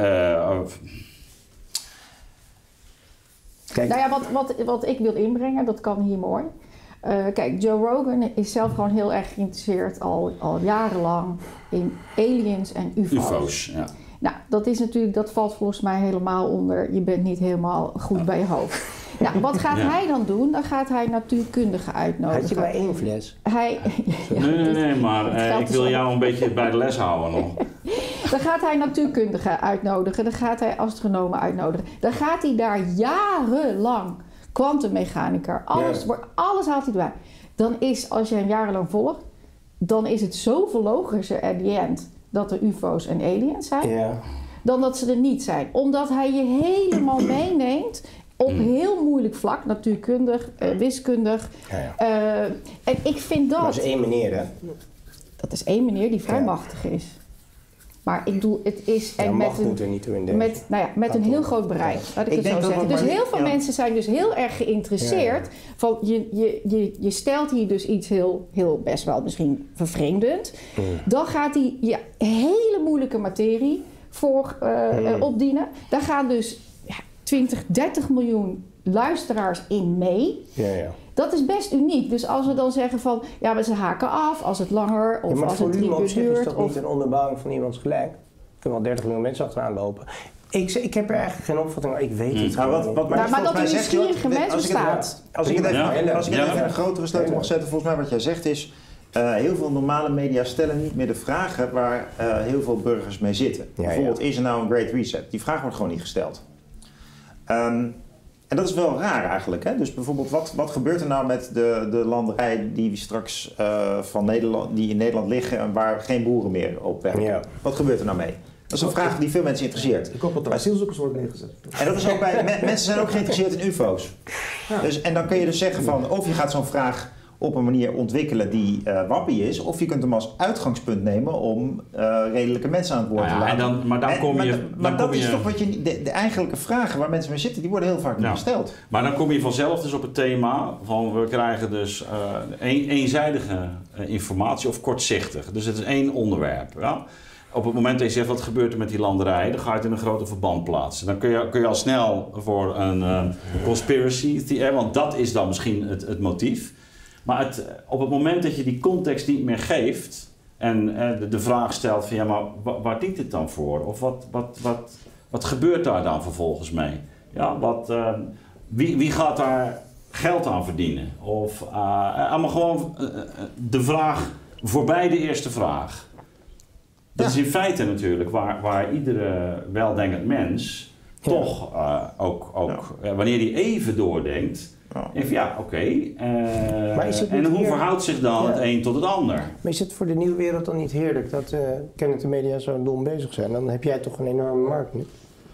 Kijk. Nou ja, wat ik wil inbrengen, dat kan hier mooi. Kijk, Joe Rogan is zelf gewoon heel erg geïnteresseerd al jarenlang in aliens en UFO's. Ja. Nou, dat valt volgens mij helemaal onder. Je bent niet helemaal goed bij je hoofd. Nou, wat gaat hij dan doen? Dan gaat hij natuurkundigen uitnodigen. Had je maar 1 fles? Nee, maar ik wil jou een beetje bij de les houden nog. Dan gaat hij natuurkundigen uitnodigen. Dan gaat hij astronomen uitnodigen. Dan gaat hij daar jarenlang kwantummechanica, alles haalt hij erbij. Dan is, als je hem jarenlang volgt, dan is het zoveel logischer at the end dat er UFO's en aliens zijn, dan dat ze er niet zijn. Omdat hij je helemaal meeneemt op heel moeilijk vlak, natuurkundig, wiskundig. En ik vind dat... Dat is 1 meneer, hè? Dat is 1 meneer die vrij machtig is. Maar ik bedoel, het is... En met een heel groot bereik, laat ik het zo zeggen. Dus heel veel mensen zijn dus heel erg geïnteresseerd. Van je stelt hier dus iets heel best wel misschien vervreemdend. Dan gaat hij hele moeilijke materie voor opdienen. Daar gaan dus 20, 30 miljoen luisteraars in mee. Dat is best uniek. Dus als we dan zeggen van... Ja, maar ze haken af als het langer of als het 3 uur duurt. Maar is toch niet een onderbouwing van iemands gelijk? Er kunnen wel 30 miljoen mensen achteraan lopen. Ik heb er eigenlijk geen opvatting, maar ik weet het gewoon niet. Maar dat er nieuwsgierige mensen staat. Als ik het even in een grotere sleutel mag zetten, volgens mij wat jij zegt is... heel veel normale media stellen niet meer de vragen waar heel veel burgers mee zitten. Bijvoorbeeld, is er nou een Great Reset? Die vraag wordt gewoon niet gesteld. En dat is wel raar eigenlijk. Hè? Dus bijvoorbeeld, wat gebeurt er nou met de landerijen die straks die in Nederland liggen en waar geen boeren meer op werken? Wat gebeurt er nou mee? Dat is een vraag die veel mensen interesseert. Ik hoop dat er asielzoekers worden neergezet. En dat is ook mensen zijn ook geïnteresseerd in UFO's. Dus, en dan kun je dus zeggen van, of je gaat zo'n vraag op een manier ontwikkelen die wappie is, of je kunt hem als uitgangspunt nemen om redelijke mensen aan het woord te laten. Maar dat is toch wat je... De eigenlijke vragen waar mensen mee zitten, die worden heel vaak niet gesteld. Maar dan kom je vanzelf dus op het thema van we krijgen dus eenzijdige informatie of kortzichtig. Dus het is 1 onderwerp. Ja? Op het moment dat je zegt wat gebeurt er met die landerij, dan ga je het in een groter verband plaatsen. Dan kun je al snel voor een conspiracy theory, want dat is dan misschien het motief. Maar op het moment dat je die context niet meer geeft en de vraag stelt van ja, maar waar dient het dan voor? Of wat gebeurt daar dan vervolgens mee? Ja, wie gaat daar geld aan verdienen? Of allemaal gewoon de vraag voorbij de eerste vraag. Dat is in feite natuurlijk waar iedere weldenkend mens toch wanneer hij even doordenkt, en hoe verhoudt zich dan het een tot het ander? Maar is het voor de nieuwe wereld dan niet heerlijk dat kennelijk de media zo dom bezig zijn? Dan heb jij toch een enorme markt nu?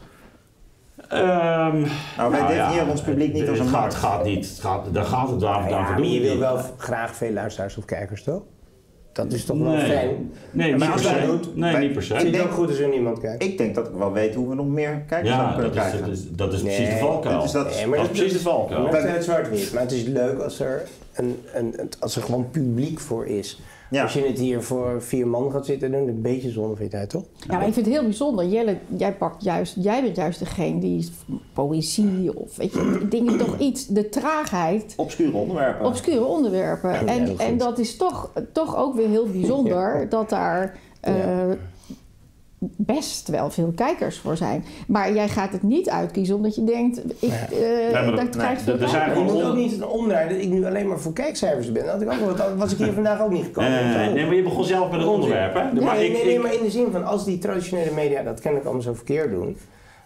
Wij definiëren ons publiek niet als een markt. Het gaat niet. Daar gaat het daarvoor doen. Je wil wel graag veel luisteraars of kijkers, toch? Dat is toch wel fijn? Nee, niet per se. Niet per se. Het is ook goed als er niemand kijkt. Ik denk dat ik wel weet hoe we nog meer kijkers kunnen krijgen. Dat is precies de valkuil. Dat is precies de valkuil. Maar het zwart-wit. Maar het is leuk als er als er gewoon publiek voor is. Ja. Als je het hier voor 4 man gaat zitten doen, een beetje zonde vind jij toch? Ja, maar ik vind het heel bijzonder. Jelle, jij bent juist degene die poëzie of weet je, dingen toch iets, de traagheid. Obscure onderwerpen. En dat is toch ook weer heel bijzonder dat daar best wel veel kijkers voor zijn. Maar jij gaat het niet uitkiezen omdat je denkt, dat krijgt veel kijkers. Je moet ook niet omdraaien dat ik nu alleen maar voor kijkcijfers ben. Was ik hier vandaag ook niet gekomen. Nee, maar je begon zelf met het onderwerp, hè? Nee, maar in de zin van als die traditionele media dat kennelijk allemaal zo verkeerd doen,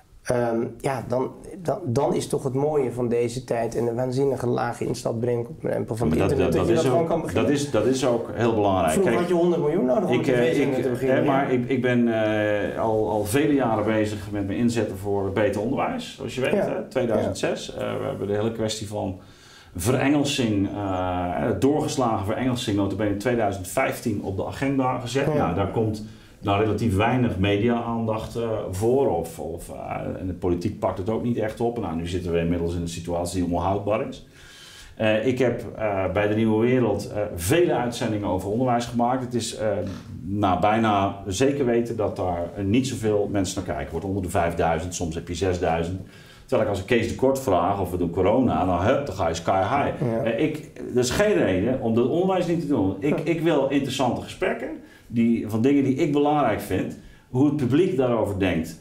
dan is toch het mooie van deze tijd en een waanzinnige lage instapdrempel van het internet dat je dat gewoon kan beginnen. Dat is ook heel belangrijk. Vroeger had je 100 miljoen nodig om een tv-zender te beginnen. Maar ik ben al vele jaren bezig met me inzetten voor beter onderwijs, zoals je weet. Ja. 2006. We hebben de hele kwestie van verengelsing, doorgeslagen verengelsing, notabene in 2015 op de agenda gezet. Ja. Nou, daar komt relatief weinig media-aandacht voor. En de politiek pakt het ook niet echt op. Nou, nu zitten we inmiddels in een situatie die onhoudbaar is. Ik heb bij De Nieuwe Wereld vele uitzendingen over onderwijs gemaakt. Het is bijna zeker weten dat daar niet zoveel mensen naar kijken. Wordt onder de 5000, soms heb je 6000. Terwijl ik als ik Kees de Kort vraag of we doen corona, dan ga je sky high. Ja. Er is geen reden om dat onderwijs niet te doen. Ik wil interessante gesprekken van dingen die ik belangrijk vind. Hoe het publiek daarover denkt.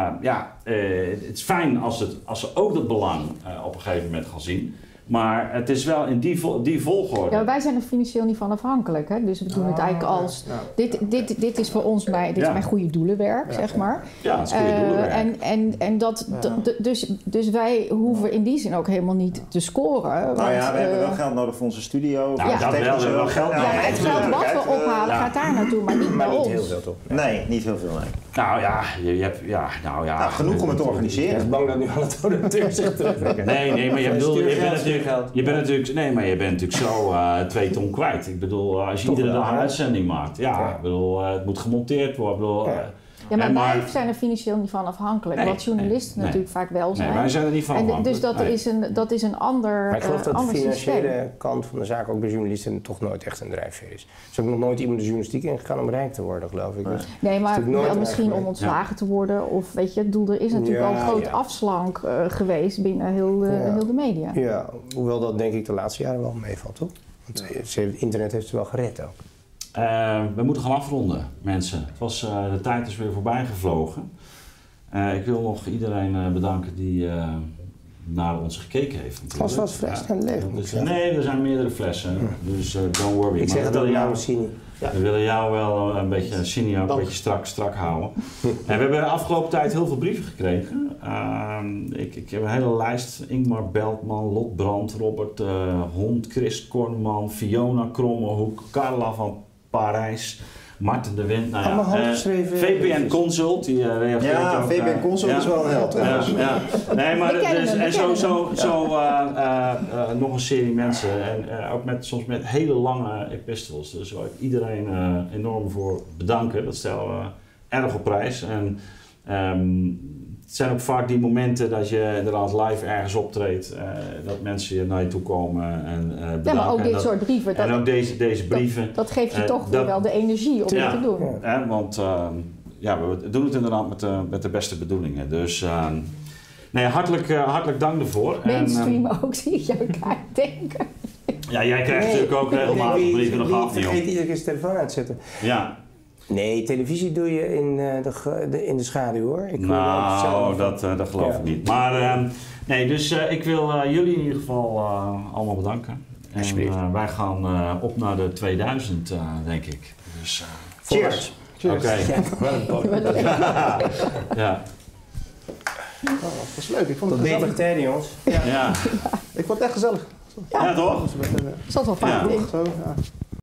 Het is fijn als ze ook dat belang op een gegeven moment gaan zien. Maar het is wel in die volgorde. Ja, wij zijn er financieel niet van afhankelijk. Hè? Dus we doen het eigenlijk als... Dit is voor ons mijn goede doelenwerk, zeg maar. Ja, het is goede doelenwerk. Dus wij hoeven in die zin ook helemaal niet te scoren. We hebben wel geld nodig voor onze studio. Nou, dat wel. We hebben wel geld nodig. Het geld wat we ophalen gaat daar naartoe, maar niet bij ons. Niet heel veel, toch? Nee, niet heel veel, nee. Nou ja, je hebt... genoeg om het te organiseren. Ik ben bang dat nu alle donateurs zich terugtrekken. Nee, maar je bent natuurlijk zo 2 ton kwijt. Ik bedoel, als je iedere dag een uitzending maakt. Ik bedoel, het moet gemonteerd worden. Maar wij zijn er financieel niet van afhankelijk. Wat journalisten natuurlijk vaak wel zijn. Nee, wij zijn er niet van afhankelijk. Dus dat is een ander systeem. Maar ik geloof dat de financiële kant van de zaak ook bij journalisten toch nooit echt een drijfveer is. Er is ook nog nooit iemand de journalistiek ingegaan om rijk te worden, geloof ik. Nee, maar wel misschien om ontslagen te worden. Of weet je, het doel, er is natuurlijk al een groot afslank geweest binnen heel de media. Ja, hoewel dat denk ik de laatste jaren wel meevalt, toch? Want het internet heeft ze wel gered ook. We moeten gaan afronden, mensen. De tijd is weer voorbij gevlogen. Ik wil nog iedereen bedanken die naar ons gekeken heeft. Het glas was fles en leeg. Nee, er zijn meerdere flessen, dus don't worry. Ik zeg het ook jou, Sini. We willen jou wel een beetje, Sini ook een beetje strak houden. We hebben de afgelopen tijd heel veel brieven gekregen. Ik heb een hele lijst. Ingmar Beltman, Lot Brandt, Robert Hond, Chris Kornman, Fiona Krommehoek, Carla van Parijs, Marten de Wind. VPN Consult, die reageert ook. Ja, VPN Consult is wel een held. Nee, maar nog een serie mensen. En ook soms met hele lange epistels. Dus waar ik iedereen enorm voor bedanken. Dat stellen we erg op prijs. En het zijn ook vaak die momenten dat je inderdaad live ergens optreedt, dat mensen naar je toe komen en bedanken. Ja, maar ook dit soort brieven. En ook deze brieven. Dat geeft je toch weer wel de energie om het te doen. Want we doen het inderdaad met de beste bedoelingen. Dus hartelijk dank ervoor. Mainstream ook, zie ik jou denken. Ja, jij krijgt natuurlijk ook regelmatig brieven, dat gaat niet om. Vergeet iedere keer zijn telefoon uitzetten. Ja. Nee, televisie doe je in de schaduw, hoor. Dat geloof ik niet. Maar dus ik wil jullie in ieder geval allemaal bedanken. En wij gaan op naar de 2000, denk ik. Dus, cheers! Oké. Ja. Dat was leuk. Ik vond het gezellig. Tot beter jongens. Ja. Ik vond het echt gezellig. Ja, toch? Zat wel vaak. Zo,